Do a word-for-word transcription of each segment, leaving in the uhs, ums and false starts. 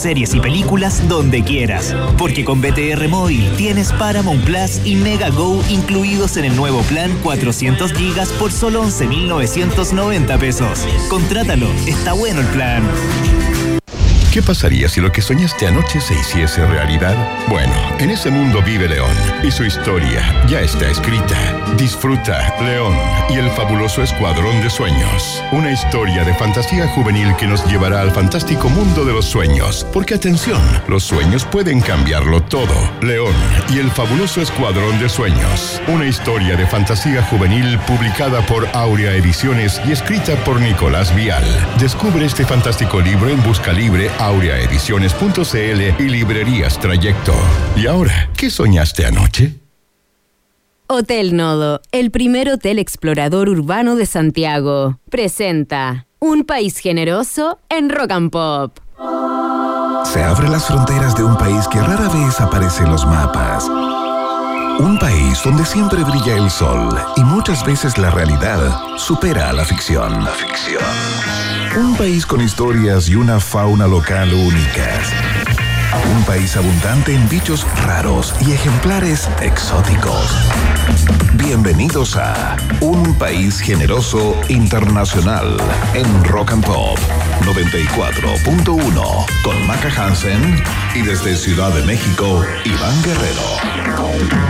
series y películas donde quieras. Porque con B T R Móvil tienes Paramount Plus y Mega Go incluidos en el nuevo plan cuatrocientos gigas por solo once mil novecientos noventa pesos. Contrátalo, está bueno el plan. ¿Qué pasaría si lo que soñaste anoche se hiciese realidad? Bueno, en ese mundo vive León y su historia ya está escrita. Disfruta León y el fabuloso Escuadrón de Sueños. Una historia de fantasía juvenil que nos llevará al fantástico mundo de los sueños. Porque atención, los sueños pueden cambiarlo todo. León y el fabuloso Escuadrón de Sueños. Una historia de fantasía juvenil publicada por Aurea Ediciones y escrita por Nicolás Vial. Descubre este fantástico libro en Busca Libre, aurea ediciones punto c l y librerías Trayecto. ¿Y ahora qué soñaste anoche? Hotel Nodo, el primer hotel explorador urbano de Santiago, presenta Un país generoso en Rock and Pop. Se abren las fronteras de un país que rara vez aparece en los mapas. Un país donde siempre brilla el sol y muchas veces la realidad supera a la ficción. La ficción. Un país con historias y una fauna local únicas. Un país abundante en bichos raros y ejemplares exóticos. Bienvenidos a Un País Generoso Internacional en Rock and Pop noventa y cuatro punto uno con Maca Hansen y desde Ciudad de México, Iván Guerrero.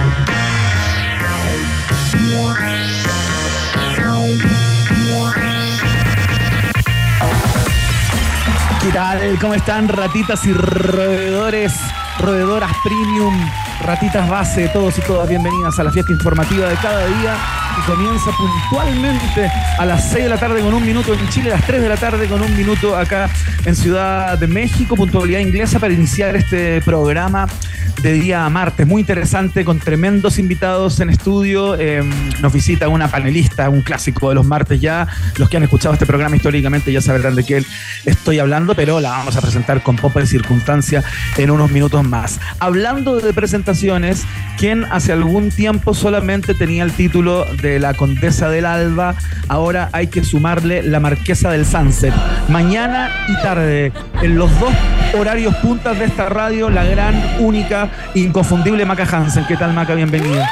¿Qué tal? ¿Cómo están, ratitas y roedores, roedoras premium, ratitas base, todos y todas bienvenidas a la fiesta informativa de cada día, que comienza puntualmente a las seis de la tarde con un minuto en Chile, a las tres de la tarde con un minuto acá en Ciudad de México, puntualidad inglesa, para iniciar este programa de día martes, muy interesante, con tremendos invitados en estudio. Eh, nos visita una panelista, un clásico de los martes ya. Los que han escuchado este programa históricamente ya sabrán de qué estoy hablando, pero la vamos a presentar con popa de circunstancia en unos minutos más. Hablando de presentaciones, quien hace algún tiempo solamente tenía el título de la Condesa del Alba, ahora hay que sumarle la Marquesa del Sunset. Mañana y tarde, en los dos horarios puntas de esta radio, la gran, única, inconfundible Maca Hansen. ¿Qué tal, Maca? Bienvenida.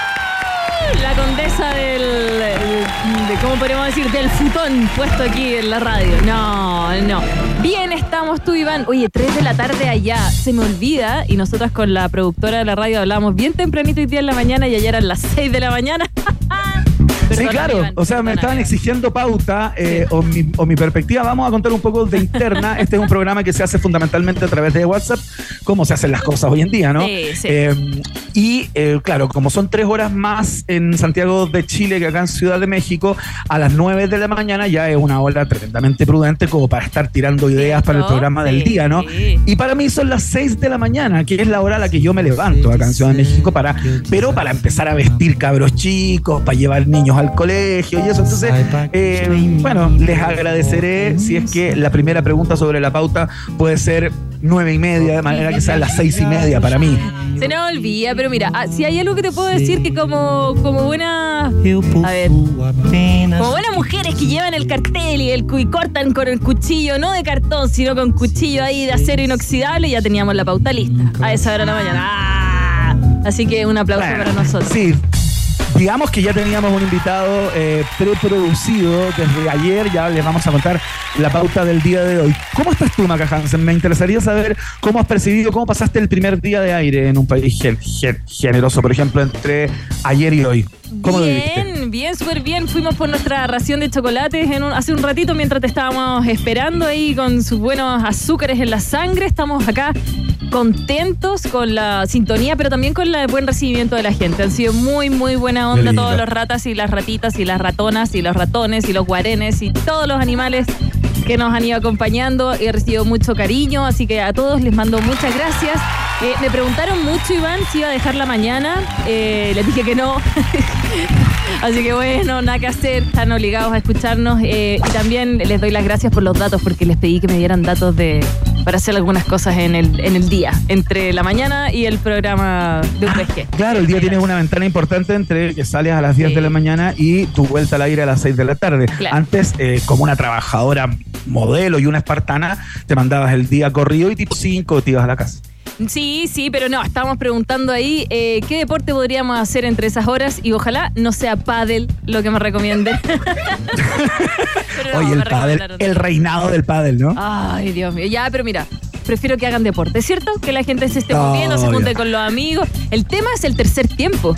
La condesa del, de, ¿cómo podríamos decir? Del futón puesto aquí en la radio. No, no. Bien estamos tú, Iván. Oye, tres de la tarde allá. Se me olvida, y nosotras con la productora de la radio hablábamos bien tempranito hoy día en la mañana y ayer eran las seis de la mañana. Sí, claro, Iván, o sea, me estaban exigiendo pauta eh, sí. o, mi, o mi perspectiva. Vamos a contar un poco de interna. Este es un programa que se hace fundamentalmente a través de WhatsApp, como se hacen las cosas hoy en día, ¿no? Sí, sí. Eh, y eh, claro, como son tres horas más en Santiago de Chile que acá en Ciudad de México, a las nueve de la mañana ya es una hora tremendamente prudente como para estar tirando ideas para el programa del día, ¿no? Sí. Y para mí son las seis de la mañana, que es la hora a la que yo me levanto acá en Ciudad de México, para, pero para empezar a vestir cabros chicos, para llevar niños al colegio y eso. Entonces, eh, bueno, les agradeceré si es que la primera pregunta sobre la pauta puede ser nueve y media, de manera que sean las seis y media para mí. Se nos olvida, pero mira, si hay algo que te puedo decir, que como, como buena, a ver, como buenas mujeres que llevan el cartel y, el, y cortan con el cuchillo, no de cartón, sino con cuchillo ahí de acero inoxidable, ya teníamos la pauta lista a esa hora de la mañana. ¡Ah! Así que un aplauso bueno, para nosotros. Sí. Digamos que ya teníamos un invitado eh, preproducido desde ayer, ya les vamos a contar la pauta del día de hoy. ¿Cómo estás tú, Maca Hansen? Me interesaría saber cómo has percibido, cómo pasaste el primer día de aire en un país gen- gen- generoso, por ejemplo, entre ayer y hoy. ¿Cómo lo viviste? Bien, bien, súper bien. Fuimos por nuestra ración de chocolates en un, hace un ratito mientras te estábamos esperando ahí con sus buenos azúcares en la sangre. Estamos acá contentos con la sintonía, pero también con el buen recibimiento de la gente. Han sido muy, muy buena onda todos los ratas y las ratitas y las ratonas y los ratones y los guarenes y todos los animales que nos han ido acompañando. He recibido mucho cariño, así que a todos les mando muchas gracias. Eh, me preguntaron mucho, Iván, si iba a dejar la mañana. Eh, les dije que no. Así que bueno, nada que hacer, están obligados a escucharnos. Eh, y también les doy las gracias por los datos, porque les pedí que me dieran datos de para hacer algunas cosas en el, en el día, entre la mañana y el programa de U P G. Claro, el día tienes una ventana importante entre que sales a las diez sí. de la mañana y tu vuelta al aire a las seis de la tarde. Claro. Antes, eh, como una trabajadora modelo y una espartana, te mandabas el día corrido y tipo cinco te ibas a la casa. Sí, sí, pero no, estábamos preguntando ahí eh, qué deporte podríamos hacer entre esas horas y ojalá no sea pádel lo que me recomienden. No, Oye, el pádel, el reinado del pádel, ¿no? Ay, Dios mío, ya, pero mira, prefiero que hagan deporte, ¿cierto? Que la gente se esté moviendo, oh, se junte ya. con los amigos. El tema es el tercer tiempo.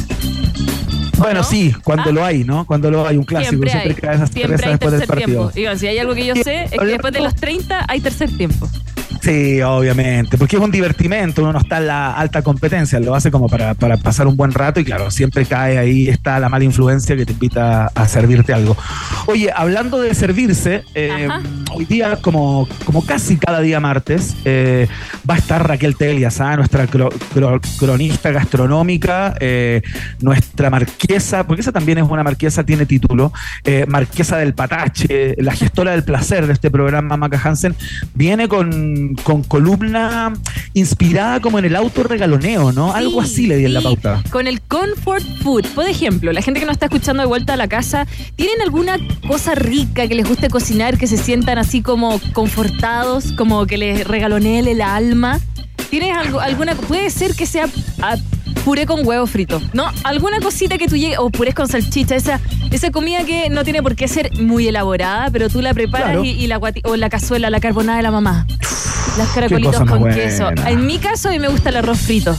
Bueno, ¿no? sí, cuando ah. lo hay, ¿no? Cuando lo hay, un clásico, siempre, siempre cae esa cerveza después del partido. Tiempo. Digan, si hay algo que yo sé, es que después de los treinta hay tercer tiempo. Sí, obviamente, porque es un divertimento, uno no está en la alta competencia, lo hace como para, para pasar un buen rato y claro, siempre cae ahí, está la mala influencia que te invita a servirte algo. Oye, hablando de servirse, eh, hoy día, como, como casi cada día martes, eh, va a estar Raquel Telias, ¿ah? nuestra cro, cro, cronista gastronómica, eh, nuestra marquesa, porque esa también es una marquesa, tiene título, eh, marquesa del Patache, la gestora del placer de este programa, Maca Hansen, viene con con columna inspirada como en el autorregaloneo, ¿no? Sí, algo así le di sí. en la pauta. Con el comfort food. Por ejemplo, la gente que nos está escuchando de vuelta a la casa, ¿tienen alguna cosa rica que les guste cocinar, que se sientan así como confortados, como que les regalonee el alma? ¿Tienes algo, alguna? Puede ser que sea a, puré con huevo frito, ¿no? Alguna cosita que tú llegues, o purés con salchicha, esa, esa comida que no tiene por qué ser muy elaborada, pero tú la preparas claro. y, y la guati, o la cazuela, la carbonada de la mamá. Las caracolitos con buena. queso. En mi caso, a mí me gusta el arroz frito.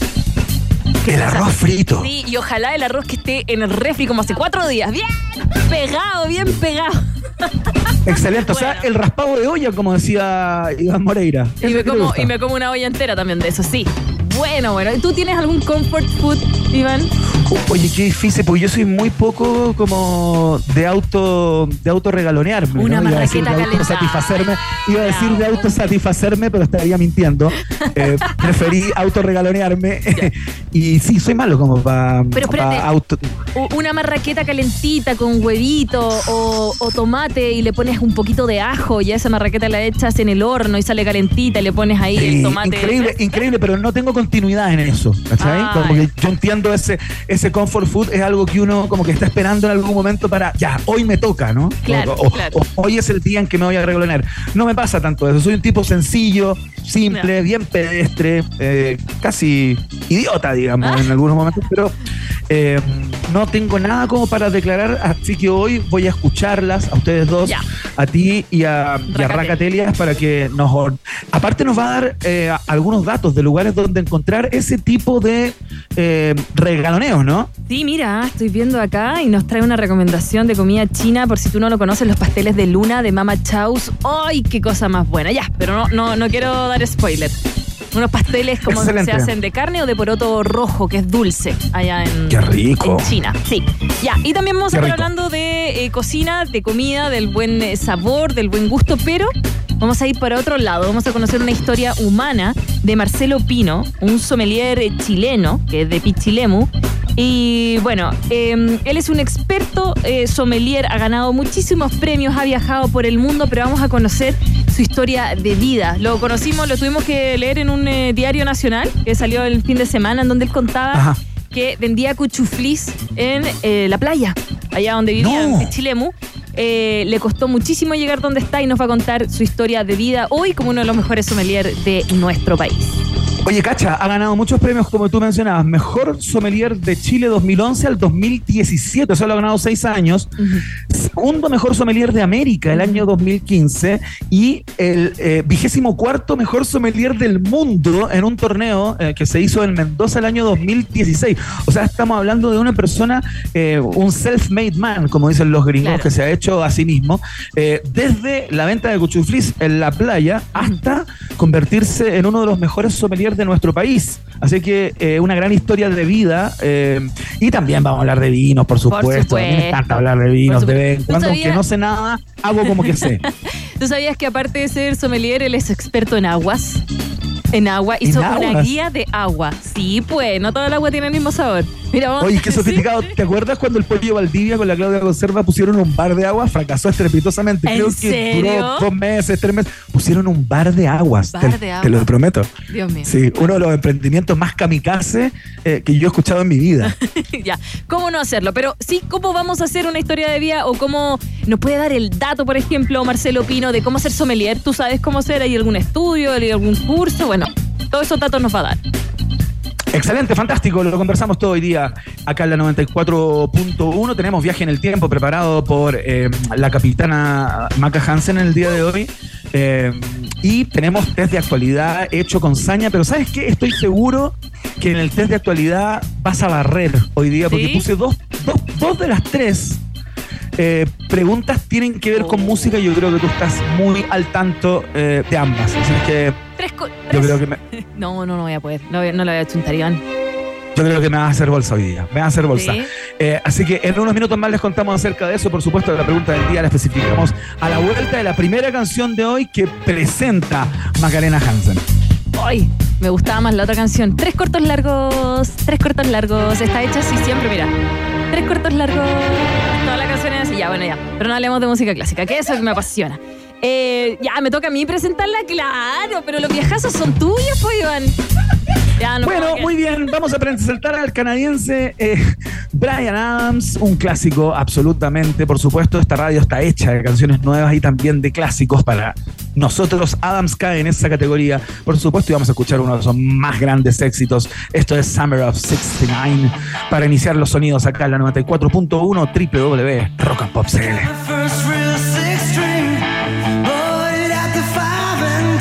¿El arroz frito? Sí, y ojalá el arroz que esté en el refri como hace cuatro días. Bien pegado, bien pegado. Excelente, bueno. O sea, el raspado de olla, como decía Iván Moreira. Y me, como, y me como una olla entera también de eso, sí. Bueno, bueno. ¿Tú tienes algún comfort food, Iván? Oye, qué difícil, porque yo soy muy poco como de auto de autorregalonearme. Una ¿no? marraqueta calentada. Iba a decir de autosatisfacerme, iba a decir de autosatisfacerme, pero estaría mintiendo. Eh, preferí autorregalonearme. Y sí, soy malo como para pa auto... Una marraqueta calentita con huevito o, o tomate y le pones un poquito de ajo y a esa marraqueta la echas en el horno y sale calentita y le pones ahí sí, el tomate. Increíble, increíble, pero no tengo continuidad en eso, ¿cachai? Ah, como que yo entiendo ese, ese comfort food es algo que uno como que está esperando en algún momento para, ya, hoy me toca, ¿no? Claro, o, claro. o, hoy es el día en que me voy a regalonear. No me pasa tanto eso, soy un tipo sencillo, simple, no. bien pedestre, eh, casi idiota, digamos, ah. en algunos momentos, pero eh, no tengo nada como para declarar, así que hoy voy a escucharlas a ustedes dos, ya. a ti y a, y a Raca Telias para que nos... Aparte nos va a dar eh, algunos datos de lugares donde encontrar ese tipo de eh, regaloneos, ¿no? Sí, mira, estoy viendo acá y nos trae una recomendación de comida china, por si tú no lo conoces, los pasteles de luna de Mama Chau's. ¡Ay, qué cosa más buena! Ya, pero no, no, no quiero dar spoiler. Unos pasteles como Excelente. se hacen de carne o de poroto rojo, que es dulce, allá en, Qué rico. en China. Sí, ya. Y también vamos Qué a estar rico. hablando de eh, cocina, de comida, del buen eh, sabor, del buen gusto, pero vamos a ir para otro lado. Vamos a conocer una historia humana de Marcelo Pino, un sommelier chileno, que es de Pichilemu. Y bueno, eh, él es un experto eh, sommelier, ha ganado muchísimos premios, ha viajado por el mundo, pero vamos a conocer su historia de vida. Lo conocimos, lo tuvimos que leer en un eh, diario nacional que salió el fin de semana, en donde él contaba Ajá. que vendía cuchuflis en eh, la playa, allá donde vivía, no. en Pichilemu. Eh, le costó muchísimo llegar donde está y nos va a contar su historia de vida hoy como uno de los mejores sommeliers de nuestro país. Oye, Cacha, ha ganado muchos premios, como tú mencionabas. Mejor sommelier de Chile dos mil once al dos mil diecisiete, o sea, lo ha ganado seis años. Uh-huh. Segundo mejor sommelier de América el año dos mil quince y el eh, vigésimo cuarto mejor sommelier del mundo en un torneo eh, que se hizo en Mendoza el año dos mil dieciséis. O sea, estamos hablando de una persona, eh, un self-made man, como dicen los gringos, claro. que se ha hecho a sí mismo, eh, desde la venta de cuchuflis en la playa hasta convertirse en uno de los mejores sommeliers de nuestro país. Así que eh, una gran historia de vida eh, y también vamos a hablar de vinos, por supuesto. Por supuesto. A mí me encanta hablar de vinos de vez en cuando, aunque no sé nada, hago como que sé. ¿Tú sabías que aparte de ser sommelier, él es experto en aguas? En agua. Hizo ¿En una aguas? guía de agua. Sí, pues, no todo el agua tiene el mismo sabor. Mira, vamos Oye, a qué decir- sofisticado. ¿Te acuerdas cuando el pollo Valdivia con la Claudia Conserva pusieron un bar de agua? Fracasó estrepitosamente. ¿En Creo que serio? duró dos meses, tres meses. Pusieron un bar de aguas. Bar te, de agua. te lo prometo. Dios mío. Sí, uno de los emprendimientos más kamikaze eh, que yo he escuchado en mi vida. Ya, ¿cómo no hacerlo? Pero sí, ¿cómo vamos a hacer una historia de vida o cómo nos puede dar el dato, por ejemplo, Marcelo Pino, de cómo ser sommelier? ¿Tú sabes cómo ser? ¿Hay algún estudio? ¿Hay algún curso? Bueno, todos esos datos nos va a dar. Excelente, fantástico, lo conversamos todo hoy día acá en la noventa y cuatro punto uno. Tenemos viaje en el tiempo preparado por eh, la capitana Maca Hansen en el día de hoy. Eh, y tenemos test de actualidad hecho con saña, pero ¿sabes qué? Estoy seguro que en el test de actualidad vas a barrer hoy día, porque ¿Sí? puse dos, dos, dos de las tres eh, preguntas tienen que ver con Oh. música y yo creo que tú estás muy al tanto eh, de ambas. Así que Tres co- yo tres- creo que me, No, no, no voy a poder. No, no lo voy a chuntar, Iván. Yo creo que me vas a hacer bolsa hoy día. Me vas a hacer bolsa. Sí. Eh, así que en unos minutos más les contamos acerca de eso. Por supuesto, la pregunta del día la especificamos a la vuelta de la primera canción de hoy que presenta Macarena Hansen. Ay, me gustaba más la otra canción. Tres cortos largos, tres cortos largos. Está hecha así siempre, mira. Tres cortos largos. Toda la canción es así. Ya, bueno, ya. Pero no hablemos de música clásica, que eso es que me apasiona. Eh, ya, me toca a mí presentarla, claro, pero los viajazos son tuyos, pues, Iván. Ya, no Bueno, puedo muy bien. Vamos a presentar al canadiense eh, Bryan Adams, un clásico absolutamente. Por supuesto, esta radio está hecha de canciones nuevas y también de clásicos para nosotros. Adams cae en esa categoría. Por supuesto, y vamos a escuchar uno de sus más grandes éxitos. Esto es Summer of sesenta y nueve. Para iniciar los sonidos acá en la noventa y cuatro punto uno doble u doble u doble u punto rock and pop punto c l. First real six string, bought it at the five and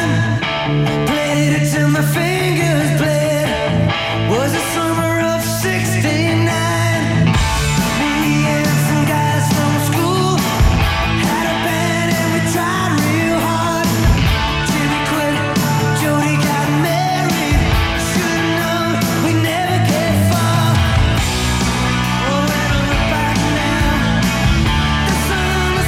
dime. Played it till my fingers bled. Was the summer of sixty-nine. Me and some guys from school had a band and we tried real hard. Jimmy quit, Jody got married. Should've known we never get far. Oh, and I look back now. The summer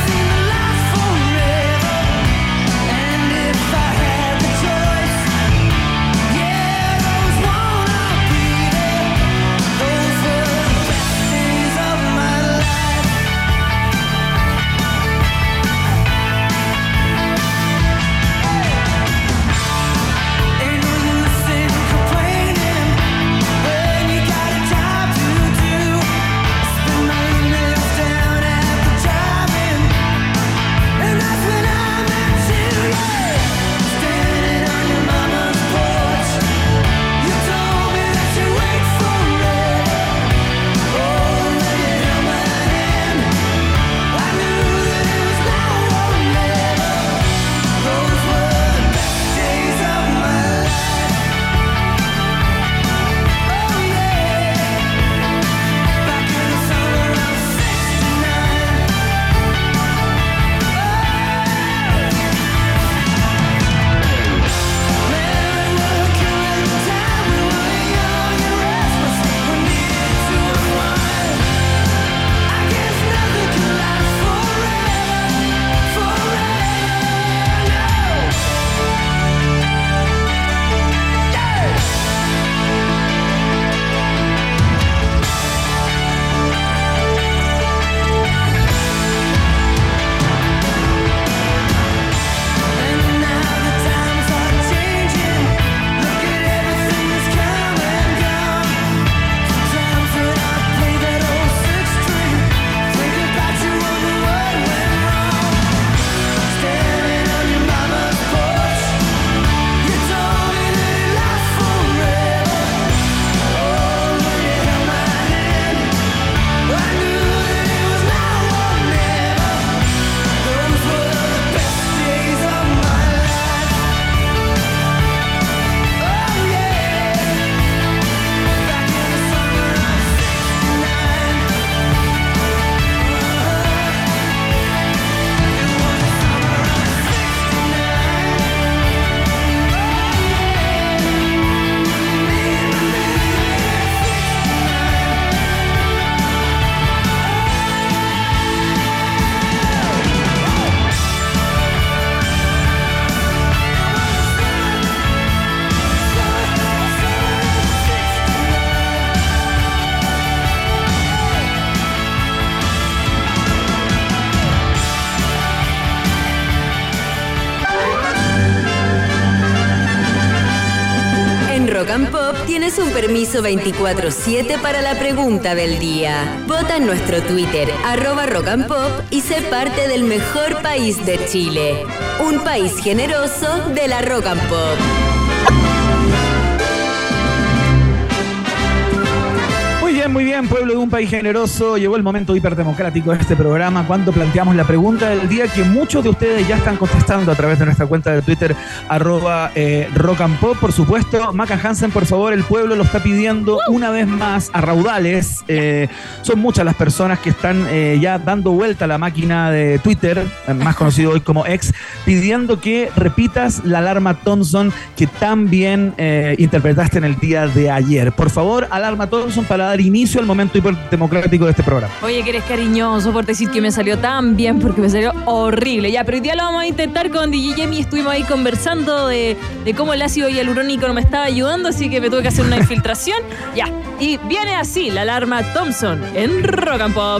Rock and Pop tienes un permiso veinticuatro siete para la pregunta del día. Vota en nuestro Twitter, arroba Rock and Pop, y sé parte del mejor país de Chile. Un país generoso de la Rock and Pop. Muy bien, muy bien, pueblo de un país generoso. Llegó el momento hiperdemocrático de este programa cuando planteamos la pregunta del día que muchos de ustedes ya están contestando a través de nuestra cuenta de Twitter, arroba eh, Rock and Pop, por supuesto. Maca Hansen, por favor, el pueblo lo está pidiendo una vez más a raudales. Eh, son muchas las personas que están eh, ya dando vuelta a la máquina de Twitter, más conocido hoy como X, pidiendo que repitas la alarma Thompson que tan bien eh, interpretaste en el día de ayer. Por favor, alarma Thompson para dar inicio al momento hiperdemocrático de este programa. Oye, que eres cariñoso por decir que me salió tan bien, porque me salió horrible. Ya, pero hoy día lo vamos a intentar con D J Yemi. Estuvimos ahí conversando de, de cómo el ácido hialurónico no me estaba ayudando, así que me tuve que hacer una infiltración. Ya, y viene así la alarma Thompson en Rock and Pop.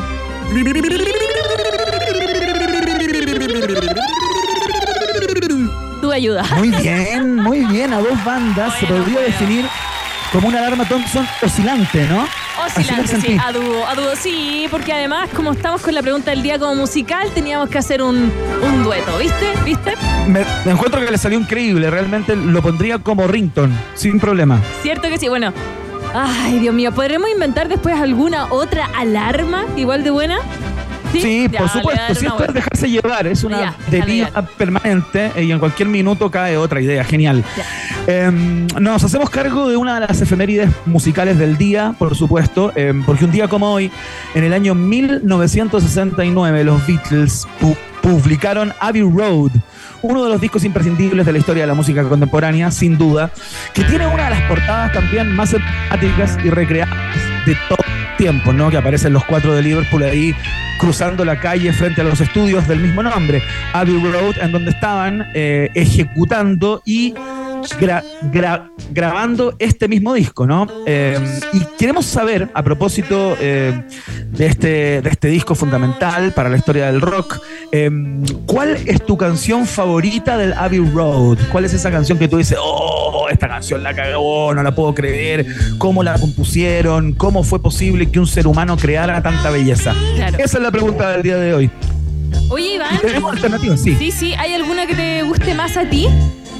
Tu ayuda. Muy bien, muy bien. A dos bandas Oye, se podría no puedo. definir como una alarma Thompson oscilante, ¿no? Oscilante, Así lo sí, sentí. a dúo, a dúo, sí, porque además, como estamos con la pregunta del día como musical, teníamos que hacer un, un dueto, ¿viste? ¿Viste? Me, me encuentro que le salió increíble. Realmente lo pondría como ringtone, sin problema. Cierto que sí, bueno. Ay, Dios mío, ¿podremos inventar después alguna otra alarma igual de buena? Sí, Ya, por le voy a supuesto. dar Si una esto es vuelta. dejarse llevar, es una Ya, deriva déjame permanente eh, y en cualquier minuto cae otra idea. Genial. Eh, nos hacemos cargo de una de las efemérides musicales del día, por supuesto, eh, porque un día como hoy, en el año mil novecientos sesenta y nueve, los Beatles pu- publicaron Abbey Road, uno de los discos imprescindibles de la historia de la música contemporánea, sin duda, que tiene una de las portadas también más emblemáticas y recreadas de todo tiempo, ¿no? Que aparecen los cuatro de Liverpool ahí cruzando la calle frente a los estudios del mismo nombre, Abbey Road, en donde estaban eh, ejecutando y gra- gra- grabando este mismo disco, ¿no? Eh, y queremos saber, a propósito eh, de, este, de este disco fundamental para la historia del rock, eh, ¿cuál es tu canción favorita del Abbey Road? ¿Cuál es esa canción que tú dices, oh, esta canción la cagó, no la puedo creer, cómo la compusieron, cómo fue posible que un ser humano creara tanta belleza? Claro. Esa es la pregunta del día de hoy. Oye, Iván. ¿Y tenemos alternativas? Sí. Sí, sí, ¿hay alguna que te guste más a ti?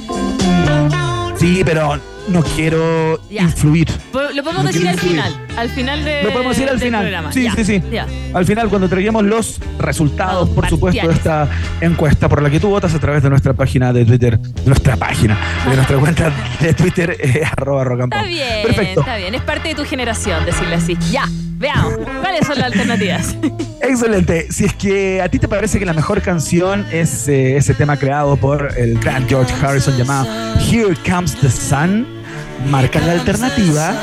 Sí, pero no quiero Ya. influir. Po- Lo podemos No decir quiero al influir. final. Al final de, Lo podemos decir al del final. programa. Sí, Ya, sí, sí. ya. Al final, cuando entreguemos los resultados, Los por supuesto, de parciales. esta encuesta por la que tú votas a través de nuestra página de Twitter, de nuestra página, de nuestra cuenta de Twitter, eh, arroba rock and pop. Está bien, Perfecto. está bien. Es parte de tu generación, decirle así. Ya, veamos. ¿Cuáles son las alternativas? Excelente. Si es que a ti te parece que la mejor canción es eh, ese tema creado por el gran George Harrison llamado Here Comes the Sun, marca la alternativa.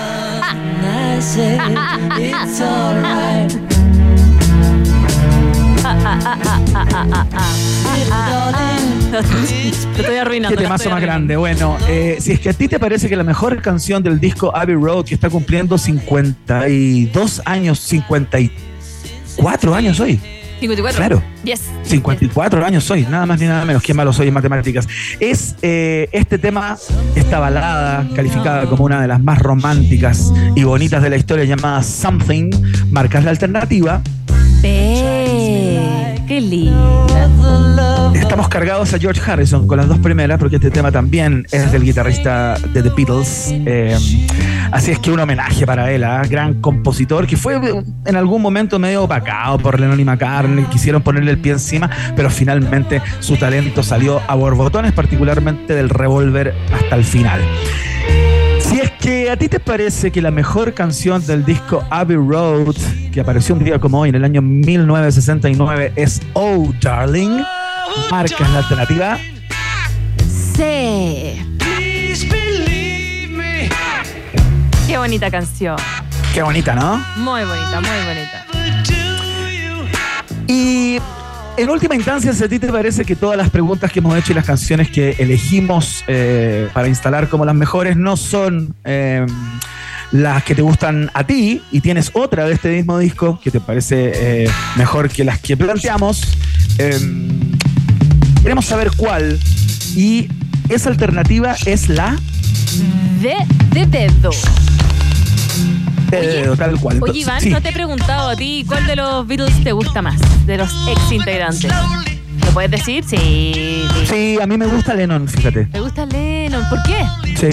Te estoy arruinando. Qué la temazo estoy más arruinando. grande. Bueno, eh, si es que a ti te parece que la mejor canción del disco Abbey Road, que está cumpliendo cincuenta y dos años, cincuenta y cuatro años hoy. cincuenta y cuatro. Claro. Yes. cincuenta y cuatro años soy, nada más ni nada menos. Qué malo soy en matemáticas. Es eh, este tema, esta balada calificada como una de las más románticas y bonitas de la historia, llamada Something, marcas la alternativa. Ve, qué linda. Estamos cargados a George Harrison con las dos primeras, porque este tema también es del guitarrista de The Beatles. Eh, así es que un homenaje para él, ¿eh? Gran compositor que fue en algún momento medio opacado por Lennon y McCartney. Quisieron ponerle el pie encima, pero finalmente su talento salió a borbotones, particularmente del Revolver hasta el final. Si es que a ti te parece que la mejor canción del disco Abbey Road, que apareció un día como hoy en el año mil novecientos sesenta y nueve, es Oh Darling, marcas la alternativa. Sí. Qué bonita canción. Qué bonita, ¿no? Muy bonita, muy bonita. Y en última instancia, si a ti te parece que todas las preguntas que hemos hecho y las canciones que elegimos eh, para instalar como las mejores no son eh, las que te gustan a ti, y tienes otra de este mismo disco que te parece eh, mejor que las que planteamos, eh, queremos saber cuál, y esa alternativa es la de, de dedo. De dedo, tal cual. Oye, Iván, Sí. no te he preguntado a ti cuál de los Beatles te gusta más, de los ex integrantes. ¿Lo puedes decir? Sí. Sí, a mí me gusta Lennon, fíjate. ¿Te gusta Lennon? ¿Por qué? Sí.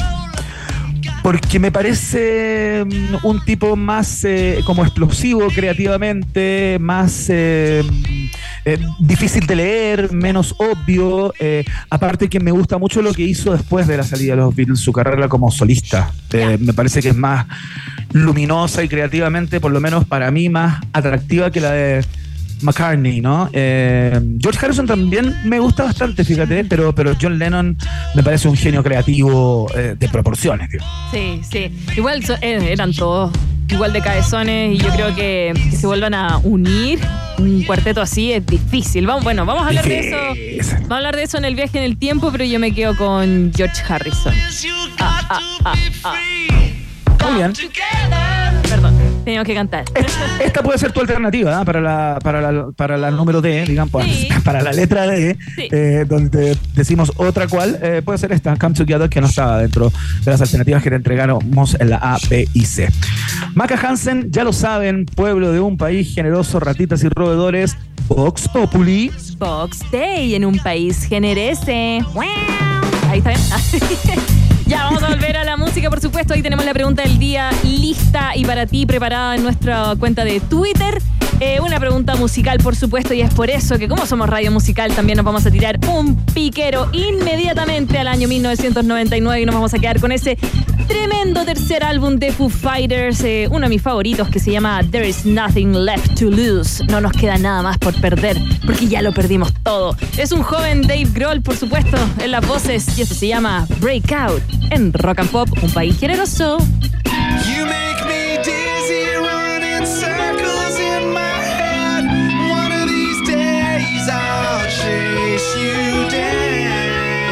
Porque me parece mm, un tipo más eh, como explosivo creativamente, más eh, eh, difícil de leer, menos obvio. Eh, aparte que me gusta mucho lo que hizo después de la salida de los Beatles, su carrera como solista. Eh, me parece que es más luminosa y creativamente, por lo menos para mí, más atractiva que la de McCartney, ¿no? Eh, George Harrison también me gusta bastante, fíjate, pero, pero John Lennon me parece un genio creativo eh, de proporciones, tío. Sí, sí. Igual so- eh, eran todos igual de cabezones y yo creo que, que se vuelvan a unir un cuarteto así es difícil. Vamos, bueno, vamos a hablar de eso. Difícil. Vamos a hablar de eso en el viaje en el tiempo, pero yo me quedo con George Harrison. Ah, ah, ah, ah. Muy bien. Perdón, teníamos que cantar. Esta puede ser tu alternativa, ¿eh? para, la, para, la, para la número D, digamos, Sí. para la letra D, Sí. eh, donde decimos otra cual, eh, puede ser esta, Come Together, que no estaba dentro de las alternativas que te entregamos en la A, B y C. Maca Hansen, ya lo saben, pueblo de un país generoso, ratitas y roedores, Vox Populi. Box Day en un país generese. Ahí está bien. Ya, vamos a volver a la música, por supuesto. Ahí tenemos la pregunta del día lista y para ti preparada en nuestra cuenta de Twitter. Eh, una pregunta musical, por supuesto, y es por eso que como somos radio musical también nos vamos a tirar un piquero inmediatamente al año mil novecientos noventa y nueve y nos vamos a quedar con ese tremendo tercer álbum de Foo Fighters, eh, uno de mis favoritos que se llama There is Nothing Left to Lose. No nos queda nada más por perder, porque ya lo perdimos todo. Es un joven Dave Grohl, por supuesto, en las voces, y esto se llama Breakout en Rock and Pop, un país generoso. You make me dizzy, running circles in my head. One of these days I'll chase you down.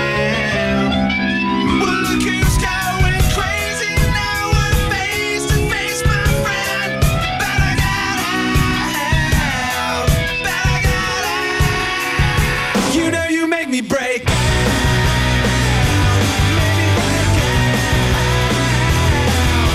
Well, look who's going crazy now. We're face to face, my friend. But I gotta help, but I gotta. You know you make me break. Make me break out.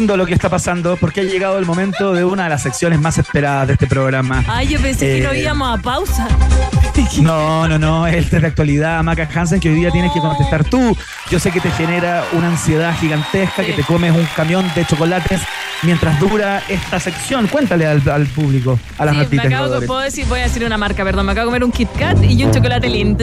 lindo lo que está pasando porque ha llegado el momento de una de las secciones más esperadas de este programa. Ay, yo pensé Eh, que no íbamos a pausa. No, no, no, es de actualidad, Maca Hansen, que hoy día tienes que contestar tú. Yo sé que te genera una ansiedad gigantesca, Sí. que te comes un camión de chocolates mientras dura esta sección. Cuéntale al, al público, a las Sí, me ratitas. acabo de, roedores. puedo decir, voy a decir una marca, perdón, me acabo de comer un Kit Kat y un chocolate Lindt.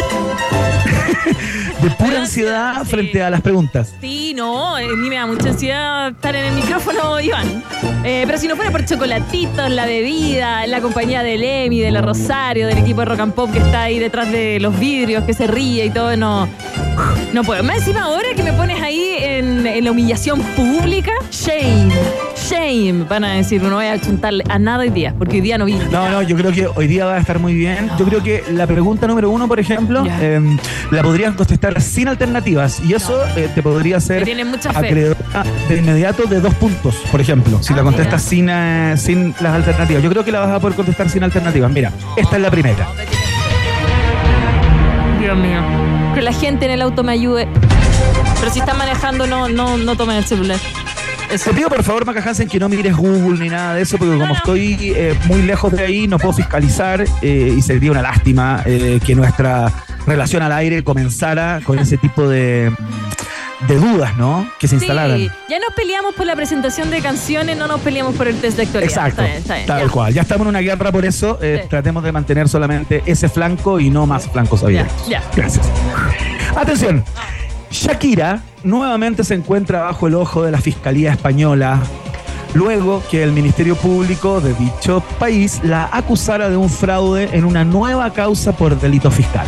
De pura ansiedad Sí. frente a las preguntas. Sí, no, eh, a mí me da mucha ansiedad estar en el micrófono, Iván. Eh, pero si no fuera por chocolatitos, la bebida, la compañía del Emi, de la Rosario, del equipo de Rock and Pop que está ahí detrás de los vidrios, que se ríe y todo, no, no puedo. Más encima ahora que me pones ahí en, en la humillación pública, shame, shame, van a decir, no voy a chuntarle a nada hoy día, porque hoy día no vi. No, no, yo creo que hoy día va a estar muy bien. Yo creo que la pregunta número uno, por ejemplo, Ya. eh, la podrías contestar sin alternativas. Y eso eh, te podría Me hacer tienen mucha fe. acreedora de inmediato de dos puntos, por ejemplo, si Ah, la contestas mira. sin, eh, sin las alternativas. Yo creo que la vas a poder contestar sin alternativas. Mira, esta es la primera. Dios mío. Que la gente en el auto me ayude. Pero si están manejando, no, no, no tomen el celular. Eso. Te pido por favor, Maca Hansen, que no mires Google ni nada de eso, porque como no. estoy eh, muy lejos de ahí, no puedo fiscalizar eh, y sería una lástima eh, que nuestra relación al aire comenzara con ese tipo de, de dudas, ¿no? Que se instalaran. Sí, ya nos peleamos por la presentación de canciones, no nos peleamos por el test de actualidad. Exacto, Está bien, está bien, tal ya. cual. Ya estamos en una guerra por eso. eh, Sí. Tratemos de mantener solamente ese flanco y no más flancos abiertos. ya. Gracias. Atención. Shakira nuevamente se encuentra bajo el ojo de la Fiscalía Española luego que el Ministerio Público de dicho país la acusara de un fraude en una nueva causa por delito fiscal.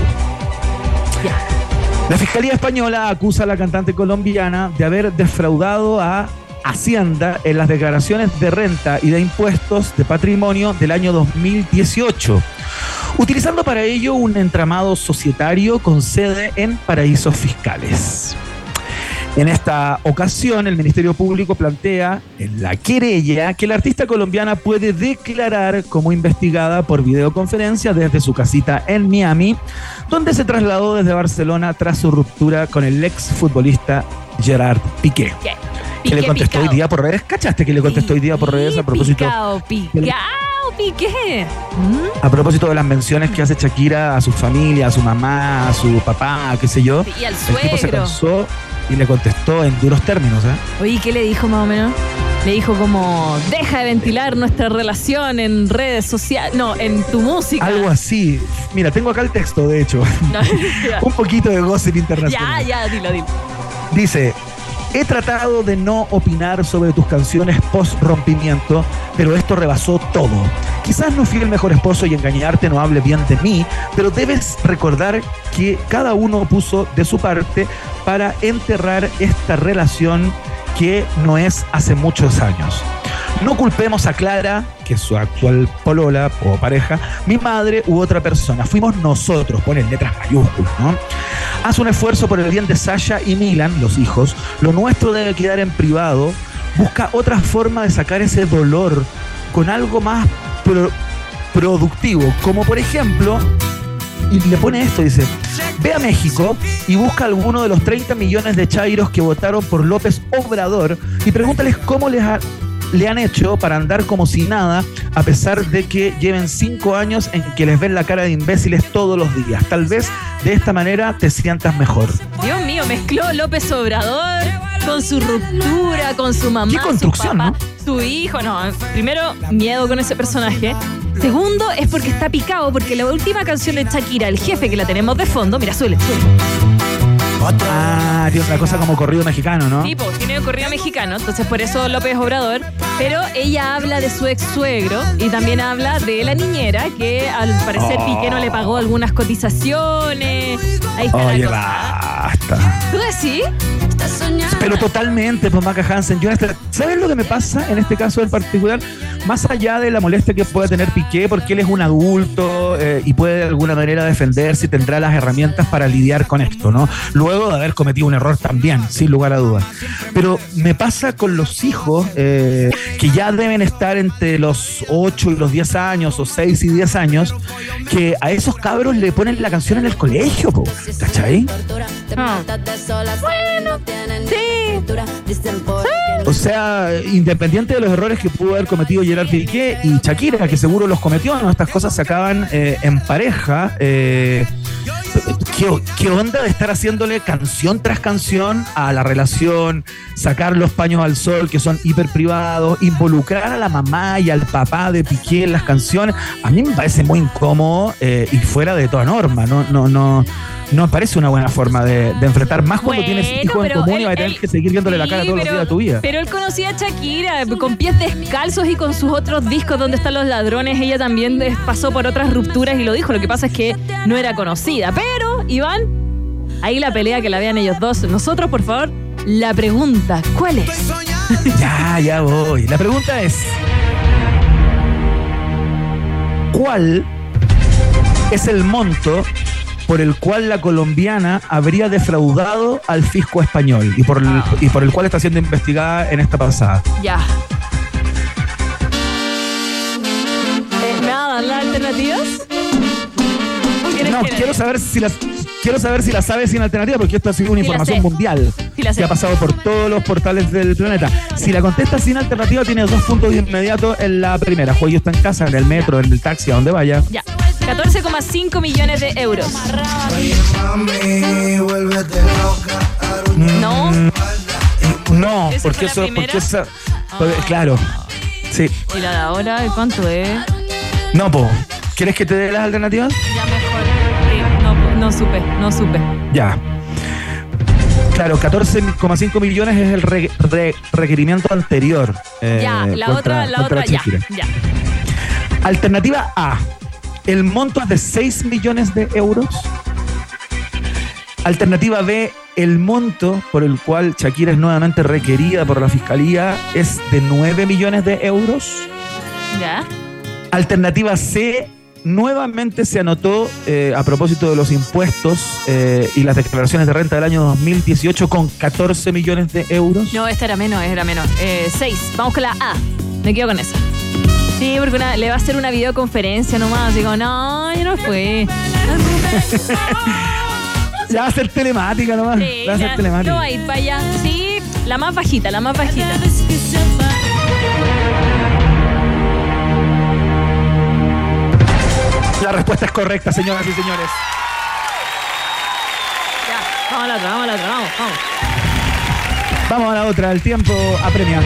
Ya. La Fiscalía Española acusa a la cantante colombiana de haber defraudado a Hacienda en las declaraciones de renta y de impuestos de patrimonio del año dos mil dieciocho, utilizando para ello un entramado societario con sede en paraísos fiscales. En esta ocasión, el Ministerio Público plantea en la querella que la artista colombiana puede declarar como investigada por videoconferencia desde su casita en Miami, donde se trasladó desde Barcelona tras su ruptura con el ex futbolista Gerard Piqué. ¿Qué? Que le Piqué, contestó picao. hoy día por redes. ¿Cachaste que le contestó hoy día por redes a propósito, Picao, picao, piqué. ¿Mm? a propósito de las menciones que hace Shakira a su familia, a su mamá, a su papá, qué sé yo? Y al El tipo se suegro. cansó y le contestó en duros términos, ¿eh? Oye, ¿qué le dijo más o menos? Le dijo como, deja de ventilar nuestra relación en redes sociales, no, en tu música. Algo así. Mira, tengo acá el texto, de hecho. No, ya. Un poquito de gossip Ya, internacional. ya, dilo, dilo. Dice, he tratado de no opinar sobre tus canciones post-rompimiento, pero esto rebasó todo. Quizás no fui el mejor esposo y engañarte no hable bien de mí, pero debes recordar que cada uno puso de su parte para enterrar esta relación que no es hace muchos años. No culpemos a Clara, que es su actual polola o pareja, mi madre u otra persona. Fuimos nosotros, ponen letras mayúsculas, ¿no? Haz un esfuerzo por el bien de Sasha y Milan, los hijos. Lo nuestro debe quedar en privado. Busca otra forma de sacar ese dolor con algo más pro- productivo, como por ejemplo, y le pone esto, dice, ve a México y busca a alguno de los treinta millones de chairos que votaron por López Obrador y pregúntales cómo les ha- le han hecho para andar como si nada, a pesar de que lleven cinco años en que les ven la cara de imbéciles todos los días. Tal vez de esta manera te sientas mejor. Dios mío, mezcló López Obrador con su ruptura, con su mamá, Qué construcción, su papá, ¿no? su hijo. No, primero, miedo con ese personaje. Segundo, es porque está picado, porque la última canción de Shakira, El Jefe, que la tenemos de fondo, mira, suele, suele. Ah, tiene otra cosa como corrido mexicano, ¿no? Tipo, tiene un corrido mexicano, entonces por eso López Obrador. Pero ella habla de su ex suegro y también habla de la niñera que al parecer Oh. Piqué no le pagó algunas cotizaciones. Ahí está Oye, la cosa. basta. ¿Tú decís? Pero totalmente, pues Maca Hansen. Yo en este- ¿Sabes lo que me pasa en este caso en particular? Más allá de la molestia que pueda tener Piqué, porque él es un adulto eh, y puede de alguna manera defenderse y tendrá las herramientas para lidiar con esto, ¿no? Luego de haber cometido un error también, sin lugar a dudas. Pero me pasa con los hijos eh, que ya deben estar entre los ocho y los diez años, o seis y diez años, que a esos cabros le ponen la canción en el colegio, po, ¿cachai? Ah. Bueno, sí. O sea, independiente de los errores que pudo haber cometido Gerard Piqué y Shakira, que seguro los cometió, ¿no? Estas cosas se acaban eh, en pareja. Eh, ¿qué, ¿Qué onda de estar haciéndole canción tras canción a la relación, sacar los paños al sol que son hiper privados, involucrar a la mamá y al papá de Piqué en las canciones? A mí me parece muy incómodo eh, y fuera de toda norma. No, no, no. No me parece una buena forma de, de enfrentar, más cuando Bueno, tienes hijos en común él, y vas a tener él, que seguir viéndole la cara sí, todos pero, los días de tu vida. Pero él conocía a Shakira con pies descalzos y con sus otros discos donde están los ladrones. Ella también pasó por otras rupturas y lo dijo. Lo que pasa es que no era conocida. Pero, Iván, ahí la pelea que la vean ellos dos. Nosotros, por favor, la pregunta, ¿cuál es? Ya, ya voy. La pregunta es: ¿cuál es el monto por el cual la colombiana habría defraudado al fisco español y por el, y por el cual está siendo investigada en esta pasada? Ya. Eh, ¿Me va a dar las alternativas? No, quiero saber si las quiero saber si la sabes sin alternativa, porque esto ha sido una Sí, la información sé. mundial Sí, la sé. que ha pasado por todos los portales del planeta. Si la contestas sin alternativa, tienes dos puntos de inmediato en la primera. Juego está en casa, en el metro, en el taxi, a donde vaya. Ya. catorce coma cinco millones de euros. No. No, ¿Esa porque fue la eso, porque primera? esa, porque- claro. Sí. ¿Y la de ahora? ¿Cuánto es? No, po. ¿Quieres que te dé las alternativas? Ya mejor. Sí, no, no supe, no supe. Ya. Claro, catorce coma cinco millones es el re- re- requerimiento anterior. eh, ya, la contra- otra, la contra otra, ya, Shakira. ya. Alternativa A. El monto es de seis millones de euros. Alternativa B. El monto por el cual Shakira es nuevamente requerida por la fiscalía es de nueve millones de euros. Ya. Alternativa C. Nuevamente se anotó eh, a propósito de los impuestos eh, y las declaraciones de renta del año dos mil dieciocho con catorce millones de euros. No, esta era menos, era menos. Eh, seis. Vamos con la A. Me quedo con esa. Sí, porque una- le va a hacer una videoconferencia nomás. Digo, no, yo no fui. Ya va a ser telemática nomás. Sí, va a ser ya, telemática. no va a ir para allá. Sí, la más bajita, la más bajita. La respuesta es correcta, señoras y señores. Ya, vamos a la otra, vamos a la otra, vamos, vamos. Vamos a la otra, el tiempo apremia.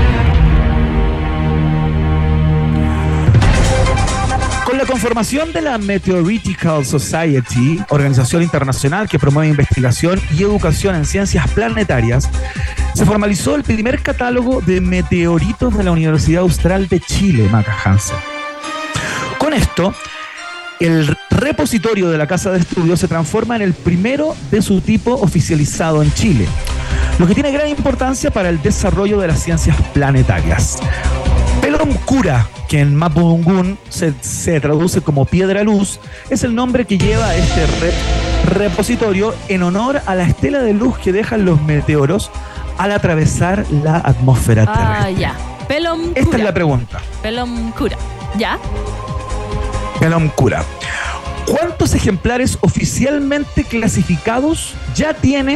Con la conformación de la Meteoritical Society, organización internacional que promueve investigación y educación en ciencias planetarias, se formalizó el primer catálogo de meteoritos de la Universidad Austral de Chile, Maca Hansen. Con esto, el repositorio de la Casa de Estudios se transforma en el primero de su tipo oficializado en Chile, lo que tiene gran importancia para el desarrollo de las ciencias planetarias. Pelomcura, que en Mapudungún se, se traduce como piedra luz, es el nombre que lleva este re- repositorio en honor a la estela de luz que dejan los meteoros al atravesar la atmósfera Ah, terrestre. ya. Pelom Esta es la pregunta. Pelom cura. ¿Ya? Pelomcura. ¿Cuántos ejemplares oficialmente clasificados ya tiene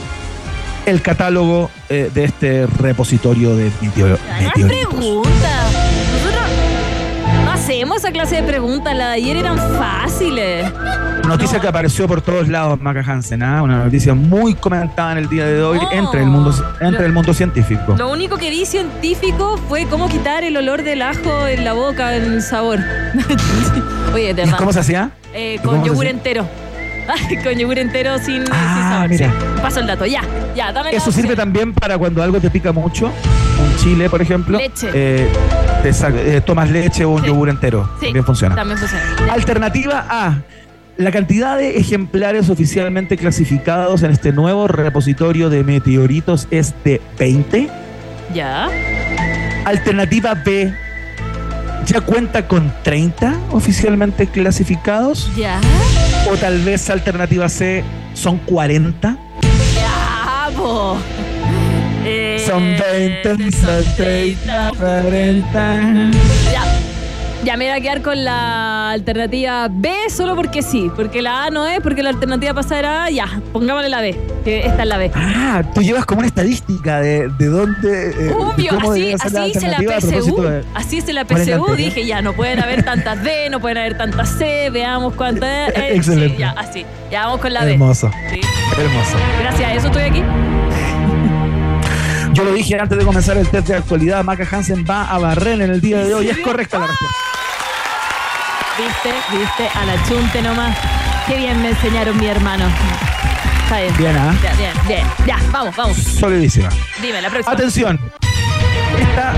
el catálogo eh, de este repositorio de meteor- Más meteoritos? preguntas. Nosotros no hacemos esa clase de preguntas. Las de ayer eran fáciles. Noticia No. que apareció por todos lados, Maca Hansen, ¿ah? Una noticia muy comentada en el día de hoy No. entre el mundo entre el mundo científico. Lo único que vi científico fue cómo quitar el olor del ajo en la boca, el sabor. Oye, de ¿Y verdad. cómo se hacía? Eh, cómo con se yogur hacía? entero. Ay, con yogur entero sin, Ah, sin sabor. mira. Sí. Paso el dato. Ya, ya, dame la Eso sirve opción. también para cuando algo te pica mucho, un chile, por ejemplo. Leche. eh, te sa- eh, tomas leche o un Sí. yogur entero. Sí, También funciona. También funciona. Ya. Alternativa A. La cantidad de ejemplares oficialmente clasificados en este nuevo repositorio de meteoritos es de veinte. Ya. Alternativa B. Ya cuenta con treinta oficialmente clasificados. Ya. O tal vez alternativa C son cuarenta. Ya, po. Eh, Son veinte, son treinta, cuarenta. Ya. Ya me voy a quedar con la alternativa B solo porque sí. Porque la A no es, porque la alternativa pasada era A. Ya, pongámosle la B. Que esta es la B. Ah, tú llevas como una estadística de, de dónde. Eh, Obvio, de cómo así, debería ser así dice la alternativa a P S U. propósito de- Así dice la P ¿Cuál es S la U. anterior? Dije, ya, no pueden haber tantas D, no pueden haber tantas C. Veamos cuántas. Eh, Excelente. Sí, ya, así. Ya vamos con la B. Hermoso. Sí. Hermoso. Gracias a eso estoy aquí. Yo lo dije antes de comenzar el test de actualidad. Maca Hansen va a barrer en el día de hoy. Es correcta la respuesta. Viste, viste, a la chunte nomás. Qué bien me enseñaron mi hermano. Está bien. Bien, ¿ah? Ya, bien, bien. Ya, vamos, vamos. Solidísima. Dime, la próxima. Atención. Esta.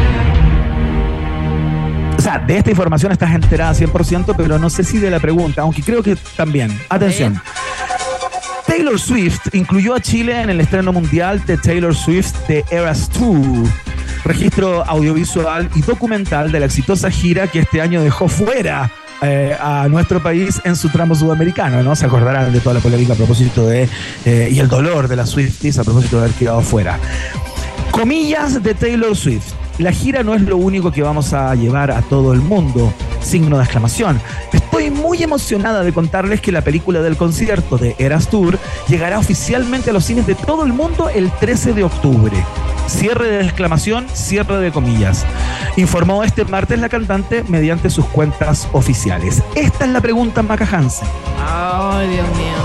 O sea, de esta información estás enterada cien por ciento, pero no sé si de la pregunta, aunque creo que también. Atención. Taylor Swift incluyó a Chile en el estreno mundial de Taylor Swift The Eras Tour, registro audiovisual y documental de la exitosa gira que este año dejó fuera eh, a nuestro país en su tramo sudamericano, ¿no? Se acordarán de toda la polémica a propósito de eh, y el dolor de las Swifties a propósito de haber quedado fuera. Comillas de Taylor Swift. La gira no es lo único que vamos a llevar a todo el mundo. Signo de exclamación. Estoy muy emocionada de contarles que la película del concierto de Eras Tour llegará oficialmente a los cines de todo el mundo el trece de octubre. Cierre de exclamación, cierre de comillas. Informó este martes la cantante mediante sus cuentas oficiales. Esta es la pregunta, Maca Hansen. Ay, Dios mío.